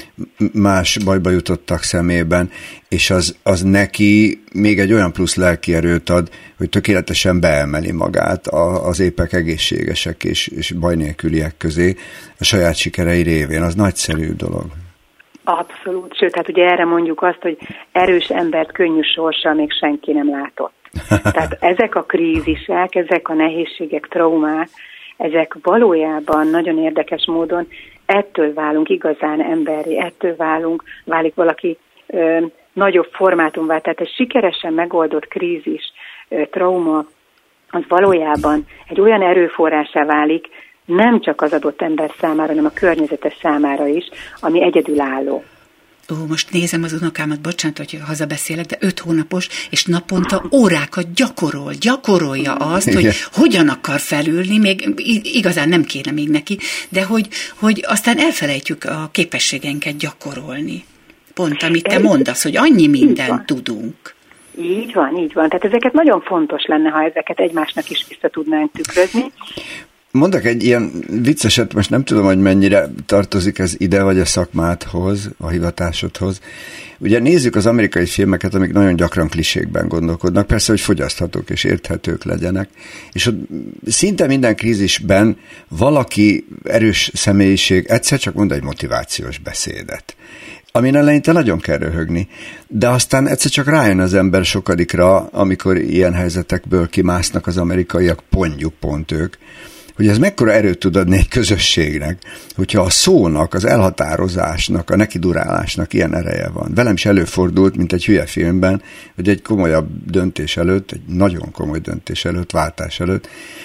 más bajba jutottak szemében, és az, az neki még egy olyan plusz lelki erőt ad, hogy tökéletesen beemeli magát az épek, egészségesek és, és baj nélküliek közé a saját sikerei révén. Az nagyszerű dolog. Abszolút, sőt, hát ugye erre mondjuk azt, hogy erős embert könnyű sorssal még senki nem látott. Tehát ezek a krízisek, ezek a nehézségek, traumák, ezek valójában nagyon érdekes módon ettől válunk igazán emberré, ettől válunk, válik valaki ö, nagyobb formátumvá. Tehát egy sikeresen megoldott krízis, ö, trauma, az valójában egy olyan erőforrásá válik, nem csak az adott ember számára, hanem a környezetes számára is, ami egyedülálló. Ó, most nézem az unokámat, bocsánat, hogy hazabeszélek, de öt hónapos, és naponta órákat gyakorol, gyakorolja azt, Igen. hogy hogyan akar felülni, még igazán nem kéne még neki, de hogy, hogy aztán elfelejtjük a képességeinket gyakorolni. Pont, amit te mondasz, hogy annyi mindent tudunk. Így van, így van. Tehát ezeket nagyon fontos lenne, ha ezeket egymásnak is vissza tudnánk tükrözni. Mondok egy ilyen vicceset, most nem tudom, hogy mennyire tartozik ez ide, vagy a szakmádhoz, a hivatásodhoz. Ugye nézzük az amerikai filmeket, amik nagyon gyakran klisékben gondolkodnak, persze, hogy fogyaszthatók és érthetők legyenek, és ott szinte minden krízisben valaki erős személyiség egyszer csak mond egy motivációs beszédet, amin eleinte nagyon kell röhögni, de aztán egyszer csak rájön az ember sokadikra, amikor ilyen helyzetekből kimásznak az amerikaiak, pontjuk pont ők, hogy ez mekkora erőt tud adni egy közösségnek, hogyha a szónak, az elhatározásnak, a nekidurálásnak ilyen ereje van. Velem is előfordult, mint egy hülye filmben, hogy egy komolyabb döntés előtt, egy nagyon komoly döntés előtt, váltás előtt,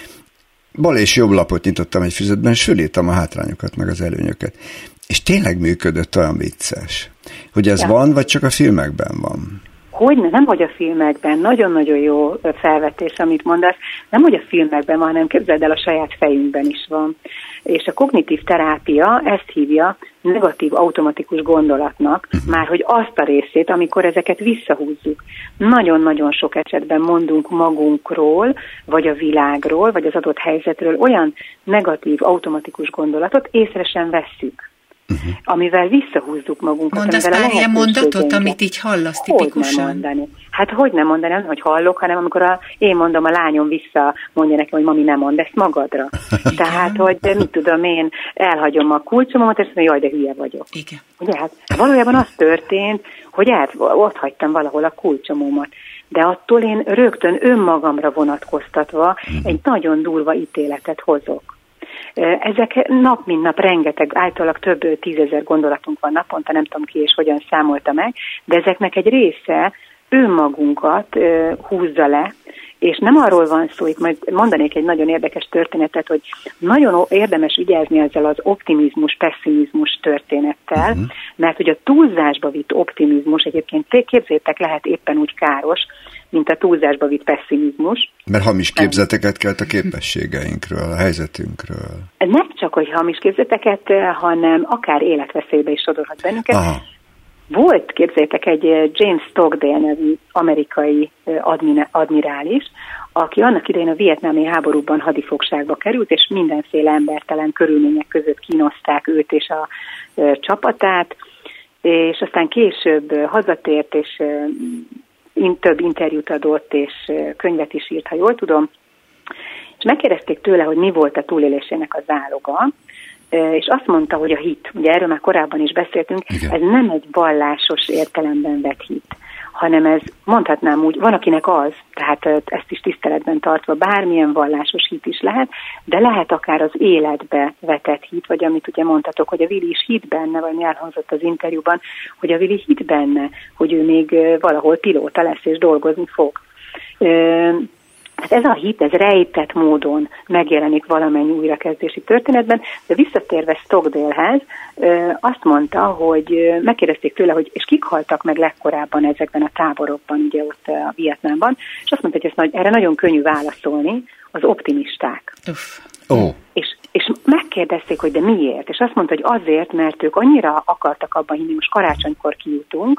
bal és jobb lapot nyitottam egy füzetben, és fölírtam a hátrányokat, meg az előnyöket. És tényleg működött, olyan vicces. Hogy ez ja. van, vagy csak a filmekben van? Hogyne, nem hogy a filmekben, nagyon-nagyon jó felvetés, amit mondasz, nem hogy a filmekben van, hanem képzeld el, a saját fejünkben is van. És a kognitív terápia ezt hívja negatív automatikus gondolatnak, már hogy azt a részét, amikor ezeket visszahúzzuk. Nagyon-nagyon sok esetben mondunk magunkról, vagy a világról, vagy az adott helyzetről olyan negatív automatikus gondolatot, észre sem vesszük. Uh-huh. Amivel visszahúzzuk magunkat. Mondasz pár ilyen mondatot, amit így hallasz tipikusan? Hogy nem mondani? Hát hogy nem mondani, nem, hogy hallok, hanem amikor a, én mondom, a lányom vissza mondja nekem, hogy mami, nem mond ezt magadra. Tehát, hogy mit tudom én, elhagyom a kulcsomomat, és mondom, jaj, de hülye vagyok. Igen. Ugye, hát valójában az történt, hogy el, ott hagytam valahol a kulcsomomat. De attól én rögtön önmagamra vonatkoztatva egy nagyon durva ítéletet hozok. Ezek nap mint nap rengeteg, általában több tízezer gondolatunk van naponta, nem tudom ki és hogyan számolta meg, de ezeknek egy része önmagunkat húzza le, és nem arról van szó, itt majd mondanék egy nagyon érdekes történetet, hogy nagyon érdemes vigyázni ezzel az optimizmus, pessimizmus történettel, uh-huh. mert hogy a túlzásba vitt optimizmus egyébként képzétek lehet éppen úgy káros, mint a túlzásba vitt pessimizmus. Mert hamis képzeteket kelt a képességeinkről, a helyzetünkről. Nem csak, hogy hamis képzeteket, hanem akár életveszélybe is sodorhat bennünket. Aha. Volt, képzeljétek, egy James Stockdale nevű amerikai admirális, aki annak idején a vietnámi háborúban hadifogságba került, és mindenféle embertelen körülmények között kínozták őt és a csapatát, és aztán később hazatért, és több interjút adott, és könyvet is írt, ha jól tudom, és megkérdezték tőle, hogy mi volt a túlélésének a záloga, és azt mondta, hogy a hit, ugye erről már korábban is beszéltünk, igen. Ez nem egy vallásos értelemben vett hit, hanem ez, mondhatnám úgy, van akinek az, tehát ezt is tiszteletben tartva, bármilyen vallásos hit is lehet, de lehet akár az életbe vetett hit, vagy amit ugye mondtatok, hogy a Vili is hit benne, vagy mi elhangzott az interjúban, hogy a Vili hit benne, hogy ő még valahol pilóta lesz és dolgozni fog. Hát ez a hit, ez rejtett módon megjelenik valamennyi újrakezdési történetben, de visszatérve Stockdalehez, azt mondta, hogy megkérdezték tőle, hogy és kik haltak meg legkorábban ezekben a táborokban, ugye ott a Vietnámban, és azt mondta, hogy ezt, erre nagyon könnyű válaszolni, az optimisták. Uff. Oh. És, és megkérdezték, hogy de miért? És azt mondta, hogy azért, mert ők annyira akartak abban hinni, most karácsonykor kijutunk,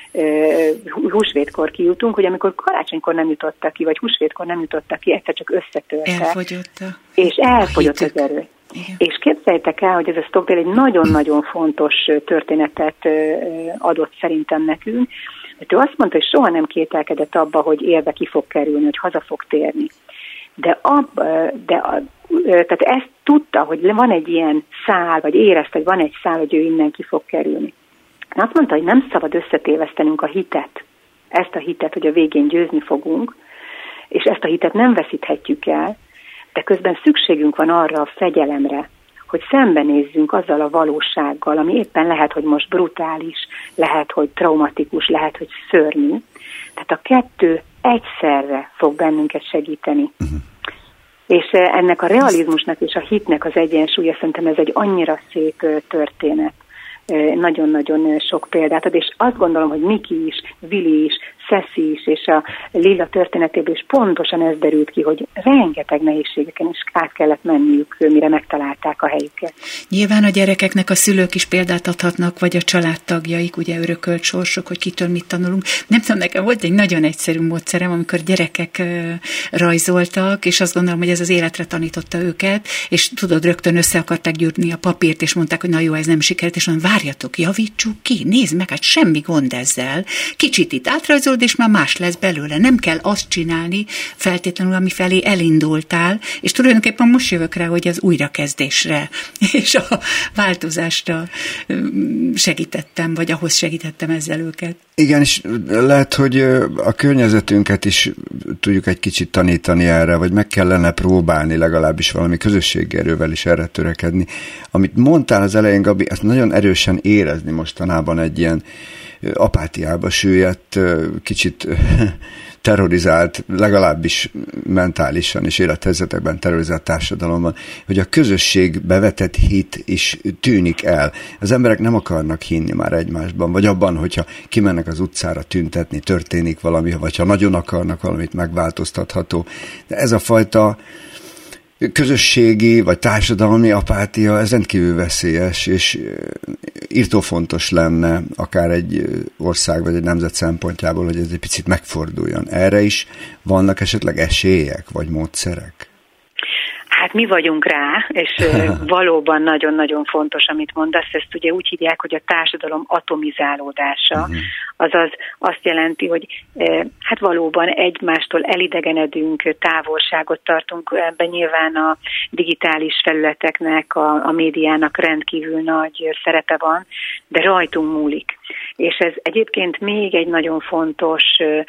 húsvétkor kijutunk, hogy amikor karácsonykor nem jutottak ki, vagy húsvétkor nem jutottak ki, egyszer csak összetörtek. Elfogyott a... És elfogyott az erő. Igen. És képzeljétek el, hogy ez a Stockdale egy nagyon-nagyon fontos történetet adott szerintem nekünk, mert ő azt mondta, hogy soha nem kételkedett abba, hogy élve ki fog kerülni, hogy haza fog térni. De, ab, de tehát ezt tudta, hogy van egy ilyen szál, vagy érezte, hogy van egy szál, hogy ő innen ki fog kerülni. Azt mondta, hogy nem szabad összetévesztenünk a hitet, ezt a hitet, hogy a végén győzni fogunk, és ezt a hitet nem veszíthetjük el, de közben szükségünk van arra a fegyelemre, hogy szembenézzünk azzal a valósággal, ami éppen lehet, hogy most brutális, lehet, hogy traumatikus, lehet, hogy szörnyű. Tehát a kettő egyszerre fog bennünket segíteni. Uh-huh. És ennek a realizmusnak és a hitnek az egyensúlya, szerintem ez egy annyira szép történet. Nagyon-nagyon sok példát ad, és azt gondolom, hogy Miki is, Vili is Szeszi is, és a Lilla történetéből is pontosan ez derült ki, hogy rengeteg nehézségeken is át kellett menniük, mire megtalálták a helyüket. Nyilván a gyerekeknek a szülők is példát adhatnak, vagy a családtagjaik, ugye örökölt sorsok, hogy kitől mit tanulunk. Nem tudom, nekem volt egy nagyon egyszerű módszerem, amikor gyerekek rajzoltak, és azt gondolom, hogy ez az életre tanította őket, és tudod, rögtön össze akarták gyűrni a papírt, és mondták, hogy na jó, ez nem sikerült, és mondom, várjatok, javítsuk ki, nézd meg, hát semmi gond ezzel. Kicsit itt átrajzolod, és már más lesz belőle. Nem kell azt csinálni feltétlenül, ami felé elindultál, és tulajdonképpen most jövök rá, hogy az újrakezdésre és a változásra segítettem, vagy ahhoz segítettem ezzel őket. Igen, és lehet, hogy a környezetünket is tudjuk egy kicsit tanítani erre, vagy meg kellene próbálni legalábbis valami közösségi erővel is erre törekedni. Amit mondtál az elején, Gabi, ezt nagyon erősen érezni mostanában egy ilyen apátiába süllyedt, kicsit terrorizált, legalábbis mentálisan és élethelyzetekben terrorizált társadalomban, hogy a közösségbe vetett hit is tűnik el. Az emberek nem akarnak hinni már egymásban, vagy abban, hogyha kimennek az utcára tüntetni, történik valami, vagy ha nagyon akarnak valamit megváltoztatható. De ez a fajta közösségi vagy társadalmi apátia, ez rendkívül veszélyes, és írtó fontos lenne akár egy ország vagy egy nemzet szempontjából, hogy ez egy picit megforduljon. Erre is vannak esetleg esélyek vagy módszerek? Hát mi vagyunk rá, és valóban nagyon-nagyon fontos, amit mondasz, ezt ugye úgy hívják, hogy a társadalom atomizálódása, uh-huh. azaz azt jelenti, hogy hát valóban egymástól elidegenedünk, távolságot tartunk, ebben nyilván a digitális felületeknek, a, a médiának rendkívül nagy szerepe van, de rajtunk múlik. És ez egyébként még egy nagyon fontos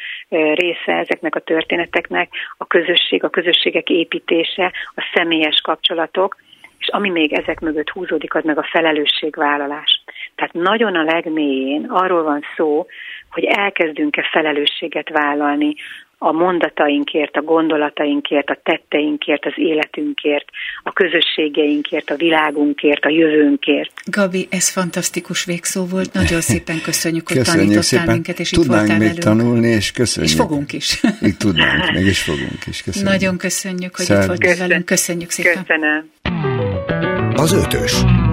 része ezeknek a történeteknek, a közösség, a közösségek építése, a személyes kapcsolatok, és ami még ezek mögött húzódik, az meg a felelősségvállalás. Tehát nagyon a legmélyén arról van szó, hogy elkezdünk-e felelősséget vállalni a mondatainkért, a gondolatainkért, a tetteinkért, az életünkért, a közösségeinkért, a világunkért, a jövőnkért. Gabi, ez fantasztikus végszó volt. Nagyon szépen köszönjük, hogy köszönjük tanítottál szépen. Minket, és tudnánk itt voltál még velünk. Tanulni, és köszönjük. És fogunk is. Így tudnánk, meg is fogunk is. Köszönjük. Nagyon köszönjük, hogy Szerint. itt voltál velünk. Köszönjük szépen. Köszönöm. Az ötös.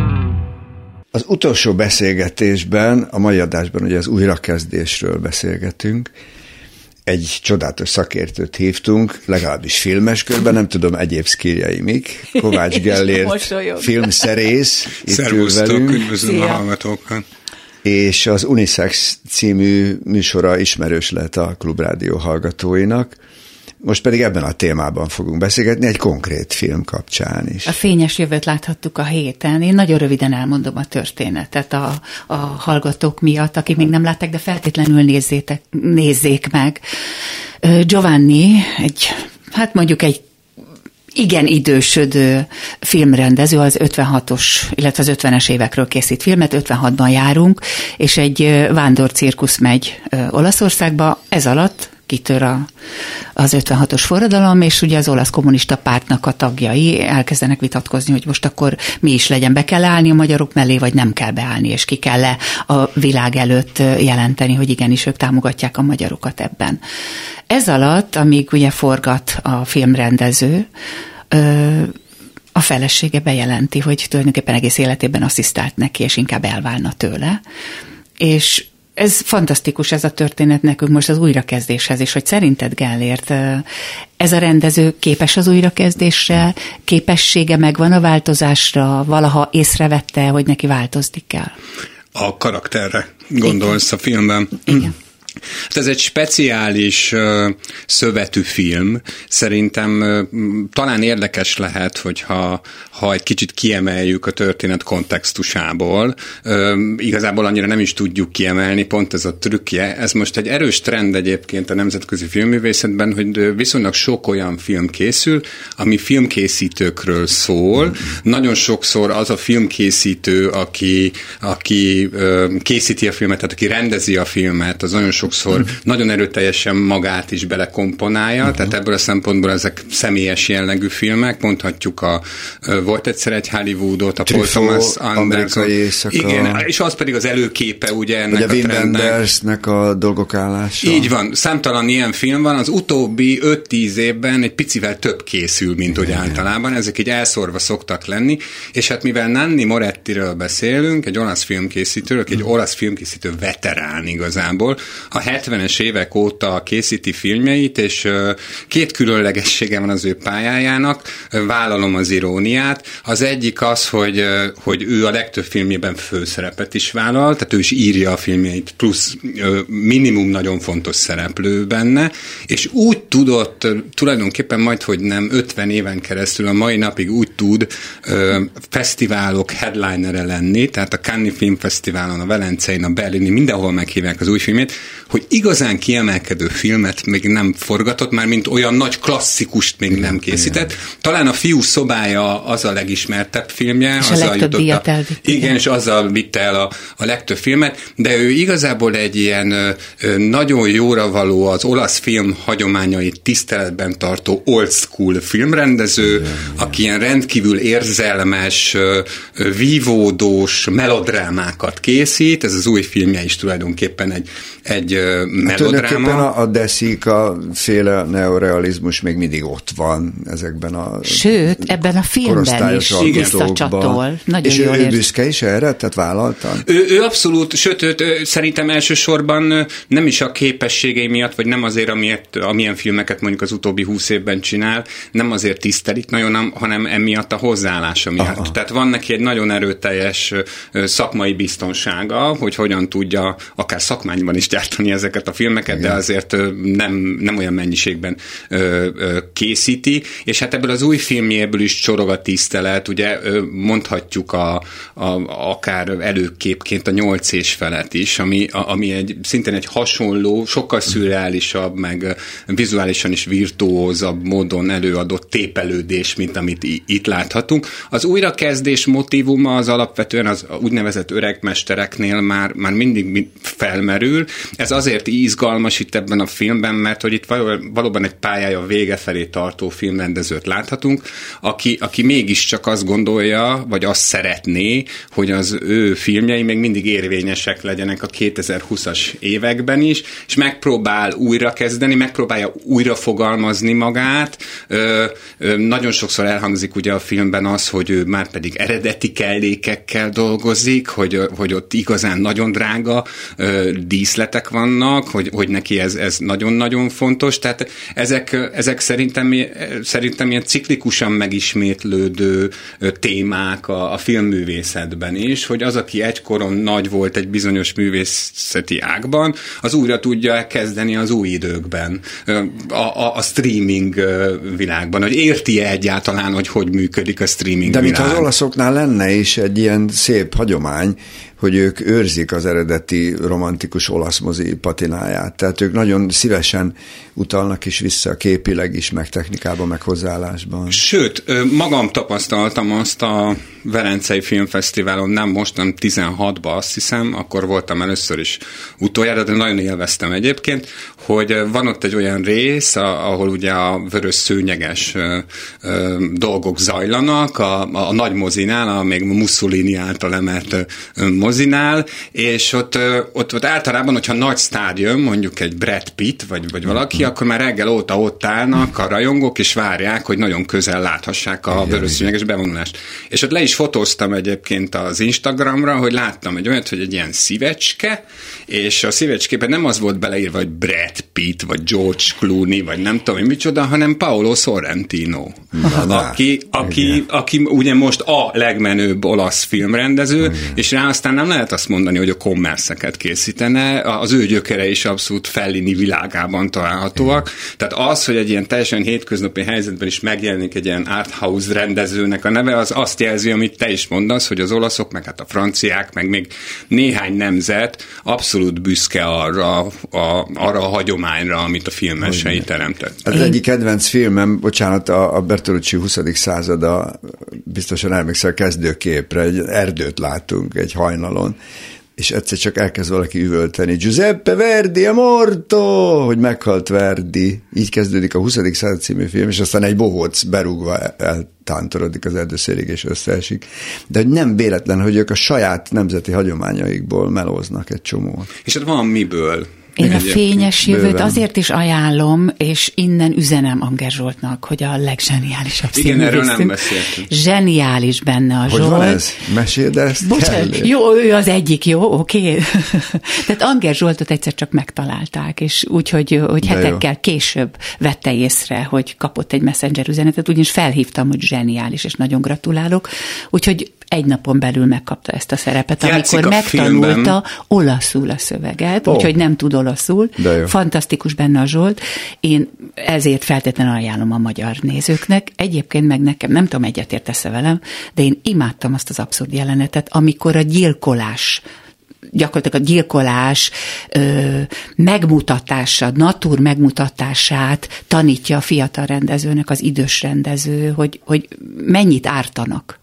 Az utolsó beszélgetésben, a mai adásban ugye az újrakezdésről beszélgetünk. Egy csodálatos szakértőt hívtunk, legalábbis filmes körben, nem tudom egyéb szkírjai mik. Kovács Gellért, filmszerész, itt Szervusztok, ül velünk. üdvözlöm a hallgatókat. És az Unisex című műsora ismerős lett a Klubrádió hallgatóinak. Most pedig ebben a témában fogunk beszélgetni, egy konkrét film kapcsán is. A Fényes jövőt láthattuk a héten. Én nagyon röviden elmondom a történetet a, a hallgatók miatt, akik még nem látták, de feltétlenül nézzétek, nézzék meg. Giovanni, egy, hát mondjuk egy igen idősödő filmrendező, az ötvenhatos, illetve az ötvenes évekről készít filmet, ötvenhatban járunk, és egy vándorcirkusz megy Olaszországba, ez alatt kitör a, az ötvenhatos forradalom, és ugye az olasz kommunista pártnak a tagjai elkezdenek vitatkozni, hogy most akkor mi is legyen, be kell állni a magyarok mellé, vagy nem kell beállni, és ki kell a világ előtt jelenteni, hogy igenis ők támogatják a magyarokat ebben. Ez alatt, amíg ugye forgat a filmrendező, a felesége bejelenti, hogy tulajdonképpen egész életében asszisztált neki, és inkább elválna tőle, és ez fantasztikus, ez a történet nekünk most az újrakezdéshez, és hogy szerinted, Gellért, ez a rendező képes az újrakezdésre, képessége megvan a változásra, valaha észrevette, hogy neki változni kell? A karakterre gondolsz a filmben? Igen. Hát ez egy speciális uh, szövetű film. Szerintem uh, talán érdekes lehet, hogyha ha egy kicsit kiemeljük a történet kontextusából. Uh, igazából annyira nem is tudjuk kiemelni, pont ez a trükkje. Ez most egy erős trend egyébként a nemzetközi filmművészetben, hogy viszonylag sok olyan film készül, ami filmkészítőkről szól. Mm-hmm. Nagyon sokszor az a filmkészítő, aki, aki uh, készíti a filmet, tehát aki rendezi a filmet, az nagyon sokszor nagyon erőteljesen magát is belekomponálja, uh-huh. tehát ebből a szempontból ezek személyes jellegű filmek, mondhatjuk a Volt egyszer egy Hollywoodot, a Paul Thomas Anderson. Igen, és az pedig az előképe ugye ennek a, a trendnek. Wim Wendersnek a dolgok állása. Így van, számtalan ilyen film van, az utóbbi öt-tíz évben egy picivel több készül, mint úgy általában, ezek így elszórva szoktak lenni, és hát mivel Nanni Morettiről beszélünk, egy olasz filmkészítőről, egy olasz filmkészítő veterán igazából, a hetvenes évek óta készíti filmjeit, és két különlegessége van az ő pályájának, vállalom az iróniát. Az egyik az, hogy, hogy ő a legtöbb filmjében főszerepet is vállal, tehát ő is írja a filmjeit, plusz minimum nagyon fontos szereplő benne, és úgy tudott tulajdonképpen majd, hogy nem ötven éven keresztül a mai napig úgy tud fesztiválok headlinere lenni, tehát a Cannes Film Fesztiválon, a Velencén, a Berlini, mindenhol meghívják az új filmét, hogy igazán kiemelkedő filmet még nem forgatott, már mint olyan nagy klasszikust még nem készített. Talán a Fiú szobája az a legismertebb filmje. És a legtöbb díjat elvitt. Igen, és azzal vitte el a, a legtöbb filmet, de ő igazából egy ilyen ö, nagyon jóra való, az olasz film hagyományait tiszteletben tartó old school filmrendező, igen, aki ilyen rendkívül érzelmes, ö, vívódós melodrámákat készít. Ez az új filmje is tulajdonképpen egy, egy ö, melodráma. A, a De Sica féle neorealizmus még mindig ott van ezekben a Sőt, ebben a filmben is visszacsatol. Nagyon és ő, ő büszke is erre, tehát vállaltan? Ő, ő abszolút, sőt, őt, szerintem elsősorban nem is a képességei miatt, vagy nem azért, amiért, amilyen filmeket mondjuk az utóbbi húsz évben csinál, nem azért tisztelik nagyon, hanem emiatt a hozzáállása miatt. Aha. Tehát van neki egy nagyon erőteljes szakmai biztonsága, hogy hogyan tudja akár szakmányban is gyártani ezeket a filmeket, igen, de azért nem, nem olyan mennyiségben készíti, és hát ebből az új filmjéből is csorog a tisztelet, ugye mondhatjuk a, a, akár előképként a Nyolc és felett is, ami, a, ami egy, szintén egy hasonló, sokkal szürreálisabb, meg vizuálisan is virtuózabb módon előadott tépelődés, mint amit itt láthatunk. Az újrakezdés motívuma az alapvetően az úgynevezett öregmestereknél már, már mindig felmerül. Ez azért izgalmas itt ebben a filmben, mert hogy itt valóban egy pályája vége felé tartó filmrendezőt láthatunk, aki, aki mégiscsak azt gondolja, vagy azt szeretné, hogy az ő filmjei még mindig érvényesek legyenek a kétezer-húszas években is, és megpróbál újra kezdeni, megpróbálja újra fogalmazni magát. Ö, ö, nagyon sokszor elhangzik ugye a filmben az, hogy ő már pedig eredeti kellékekkel dolgozik, hogy, hogy ott igazán nagyon drága ö, díszletek vannak, hogy, hogy neki ez, ez nagyon-nagyon fontos. Tehát ezek, ezek szerintem, szerintem ilyen ciklikusan megismétlődő témák a, a filmművészetben is, hogy az, aki egykoron nagy volt egy bizonyos művészeti ágban, az újra tudja kezdeni az új időkben, a, a, a streaming világban, hogy érti-e egyáltalán, hogy hogy működik a streaming De világ. mint az olaszoknál lenne is egy ilyen szép hagyomány, hogy ők őrzik az eredeti romantikus olasz mozi patináját. Tehát ők nagyon szívesen utalnak is vissza képileg is, meg technikában, meg hozzáállásban. Sőt, magam tapasztaltam azt a Velencei Filmfesztiválon, nem most, nem tizenhatban azt hiszem, akkor voltam először is utoljára, de nagyon élveztem egyébként, hogy van ott egy olyan rész, ahol ugye a vörös szőnyeges dolgok zajlanak, a, a nagy mozinál, a még Mussolini által emelt mozinál, és ott, ott, ott általában, hogyha nagy sztár jön, mondjuk egy Brad Pitt, vagy, vagy valaki, mm. akkor már reggel óta ott állnak a rajongók, és várják, hogy nagyon közel láthassák a vörös szőnyeges bevonulást. És ott le is fotóztam egyébként az Instagramra, hogy láttam egy olyat, hogy egy ilyen szívecske, és a szívecskében nem az volt beleírva, hogy Brad Pitt, vagy George Clooney, vagy nem tudom, hogy micsoda, hanem Paolo Sorrentino, na, aki, aki, aki ugye most a legmenőbb olasz filmrendező, igen, és rá aztán nem lehet azt mondani, hogy a kommerszeket készítene, az ő gyökere is abszolút Fellini világában találhatóak. Igen. Tehát az, hogy egy ilyen teljesen hétköznapi helyzetben is megjelenik egy ilyen arthouse rendezőnek a neve, az azt jelzi, amit te is mondasz, hogy az olaszok, meg hát a franciák, meg még néhány nemzet abszolút büszke arra a, arra a hagyományra, amit a filmesei teremtett. Az egyik kedvenc filmem, bocsánat, a Bertolucci huszadik százada, biztosan emlékszel, kezdőképre, egy erdőt látunk egy hajnalon, és egyszer csak elkezd valaki üvölteni, Giuseppe Verdi, a morto, hogy meghalt Verdi. Így kezdődik a huszadik század című film, és aztán egy bohóc berúgva eltántorodik az erdőszélig, és összeesik. De hogy nem véletlen, hogy ők a saját nemzeti hagyományaikból melóznak egy csomót. És hát van miből. Én a fényes jövőt bőven. Azért is ajánlom, és innen üzenem Anger Zsoltnak, hogy a legzseniálisabb Igen, erről nem beszéltünk. Zseniális benne a hogy Zsolt. Hogy van ez? Meséld ezt. Bocsánat, jó, ő az egyik, jó, oké. Okay. Tehát Anger Zsoltot egyszer csak megtalálták, és úgy, hogy, hogy hetekkel később vette észre, hogy kapott egy messenger üzenetet, ugyanis felhívtam, hogy zseniális, és nagyon gratulálok. Úgyhogy egy napon belül megkapta ezt a szerepet, Játszik amikor megtanulta filmben. Olaszul a szöveget, oh. úgyhogy nem tud olaszul. Fantasztikus benne a Zsolt. Én ezért feltétlenül ajánlom a magyar nézőknek. Egyébként meg nekem, nem tudom, egyetértesz-e velem, de én imádtam azt az abszurd jelenetet, amikor a gyilkolás gyakorlatilag a gyilkolás ö, megmutatása, natúr megmutatását tanítja a fiatal rendezőnek, az idős rendező, hogy, hogy mennyit ártanak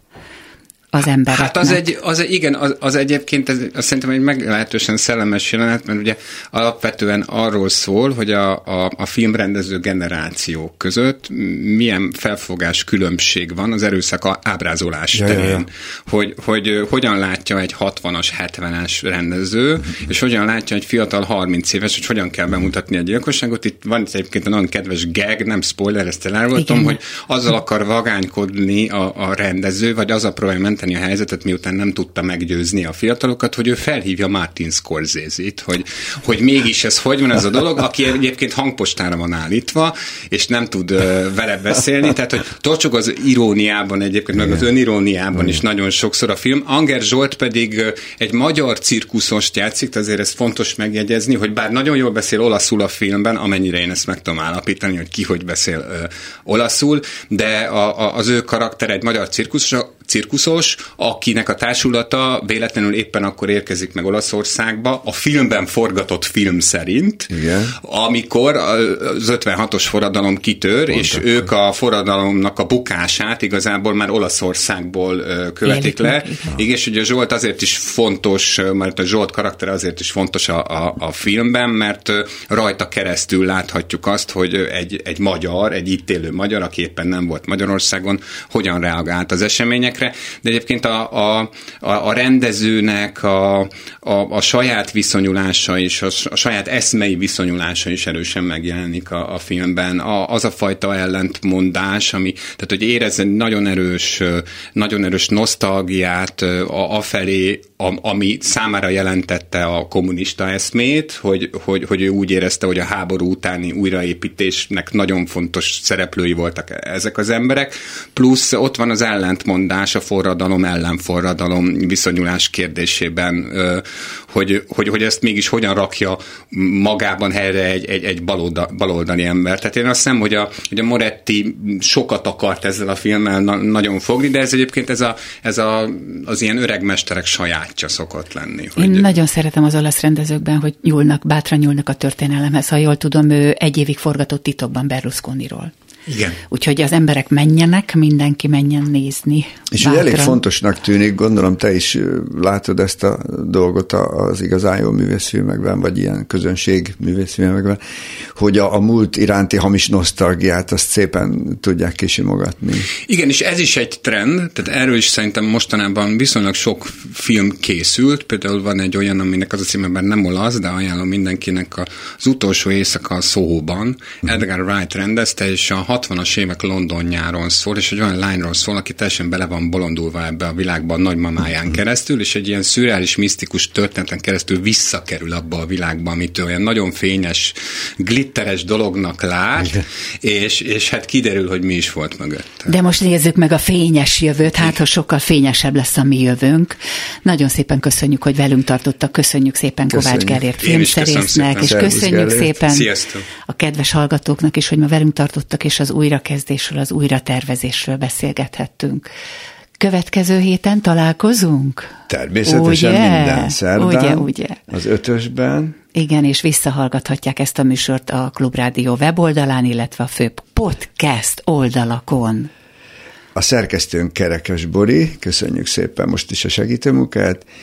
az embereknek. Hát az egy, az egy igen, az, az egyébként ez, az szerintem egy meglehetősen szellemes jelenet, mert ugye alapvetően arról szól, hogy a, a, a filmrendező generációk között milyen felfogás különbség van az erőszak ábrázolás ja, terén. Ja, ja. Hogy, hogy hogyan látja egy hatvanas, hetvenes rendező, és hogyan látja egy fiatal harminc éves, hogy hogyan kell bemutatni a gyilkosságot. Itt van egyébként egy nagyon kedves gag, nem spoiler, ezt elárultam, hogy azzal akar vagánykodni a, a rendező, vagy az a próbálja a helyzetet, miután nem tudta meggyőzni a fiatalokat, hogy ő felhívja Martin Scorsese-t, hogy, hogy mégis ez hogy van ez a dolog, aki egyébként hangpostára van állítva, és nem tud uh, vele beszélni, tehát hogy torcsog az iróniában egyébként, meg az öniróniában is nagyon sokszor a film. Anger Zsolt pedig uh, egy magyar cirkuszost játszik, azért ez fontos megjegyezni, hogy bár nagyon jól beszél olaszul a filmben, amennyire én ezt meg tudom állapítani, hogy ki hogy beszél uh, olaszul, de a, a, az ő karakter egy magyar cirkuszos, cirkuszos, akinek a társulata véletlenül éppen akkor érkezik meg Olaszországba, a filmben forgatott film szerint, igen. amikor az ötvenhatos forradalom kitör, pont és akkor. Ők a forradalomnak a bukását igazából már Olaszországból követik Élik le. Igen, és ugye Zsolt azért is fontos, mert a Zsolt karaktere azért is fontos a, a, a filmben, mert rajta keresztül láthatjuk azt, hogy egy, egy magyar, egy itt élő magyar, aki éppen nem volt Magyarországon, hogyan reagált az eseményekre. De egyébként a, a, a rendezőnek a, a, a saját viszonyulása és a, a saját eszmei viszonyulása is erősen megjelenik a, a filmben. A, az a fajta ellentmondás, ami, tehát hogy érez egy nagyon erős, nagyon erős nosztalgiát a, afelé, a, ami számára jelentette a kommunista eszmét, hogy, hogy, hogy ő úgy érezte, hogy a háború utáni újraépítésnek nagyon fontos szereplői voltak ezek az emberek, plusz ott van az ellentmondás a forradalom ellenforradalom viszonyulás kérdésében, hogy, hogy, hogy ezt mégis hogyan rakja magában helyre egy, egy, egy balolda, baloldali ember. Tehát én azt hiszem, hogy a, hogy a Moretti sokat akart ezzel a filmmel na, nagyon fogni, de ez egyébként ez, a, ez a, az ilyen öreg mesterek sajátja szokott lenni. Hogy... Én nagyon szeretem az olasz rendezőkben, hogy nyúlnak, bátran nyúlnak a történelemhez. Ha jól tudom, ő egy évig forgatott titokban Berlusconiról. Igen. Úgyhogy az emberek menjenek, mindenki menjen nézni. És ugye elég fontosnak tűnik, gondolom te is látod ezt a dolgot az igazán jó művészfilmekben, vagy ilyen közönség művészfilmekben, hogy a, a múlt iránti hamis nosztalgiát azt szépen tudják kisimogatni. Igen, és ez is egy trend, tehát erről is szerintem mostanában viszonylag sok film készült, például van egy olyan, aminek az a címeben nem olasz, de ajánlom mindenkinek, az utolsó éjszaka a Soho-ban. Edgar Wright rendezte, és a hatvanas évek London nyáron szól, és egy olyan lányról szól, aki teljesen bele van bolondulva ebbe a világban nagymamáján keresztül, és egy ilyen szürreális, misztikus történeten keresztül visszakerül abba a világba, amit ő olyan nagyon fényes, glitteres dolognak lát, és, és hát kiderül, hogy mi is volt mögött. De most nézzük meg a fényes jövőt, hát ha sokkal fényesebb lesz a mi jövőnk. Nagyon szépen köszönjük, hogy velünk tartottak, köszönjük szépen Kovács Gellért filmszerésznek, és köszönjük szépen Sziasztok. A kedves hallgatóknak is, hogy ma velünk tartottak, és az újrakezdésről, az újratervezésről beszélgethettünk. Következő héten találkozunk? Természetesen ugye? Minden szerdán. Ugye, ugye. Az ötösben. Igen, és visszahallgathatják ezt a műsort a Klubrádió weboldalán, illetve a fő podcast oldalakon. A szerkesztőnk Kerekes Bori, köszönjük szépen most is a segítőmunkát,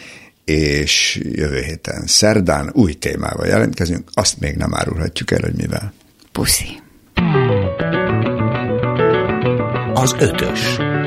és jövő héten szerdán új témával jelentkezünk, azt még nem árulhatjuk el, hogy mivel. Puszi. Az ötös.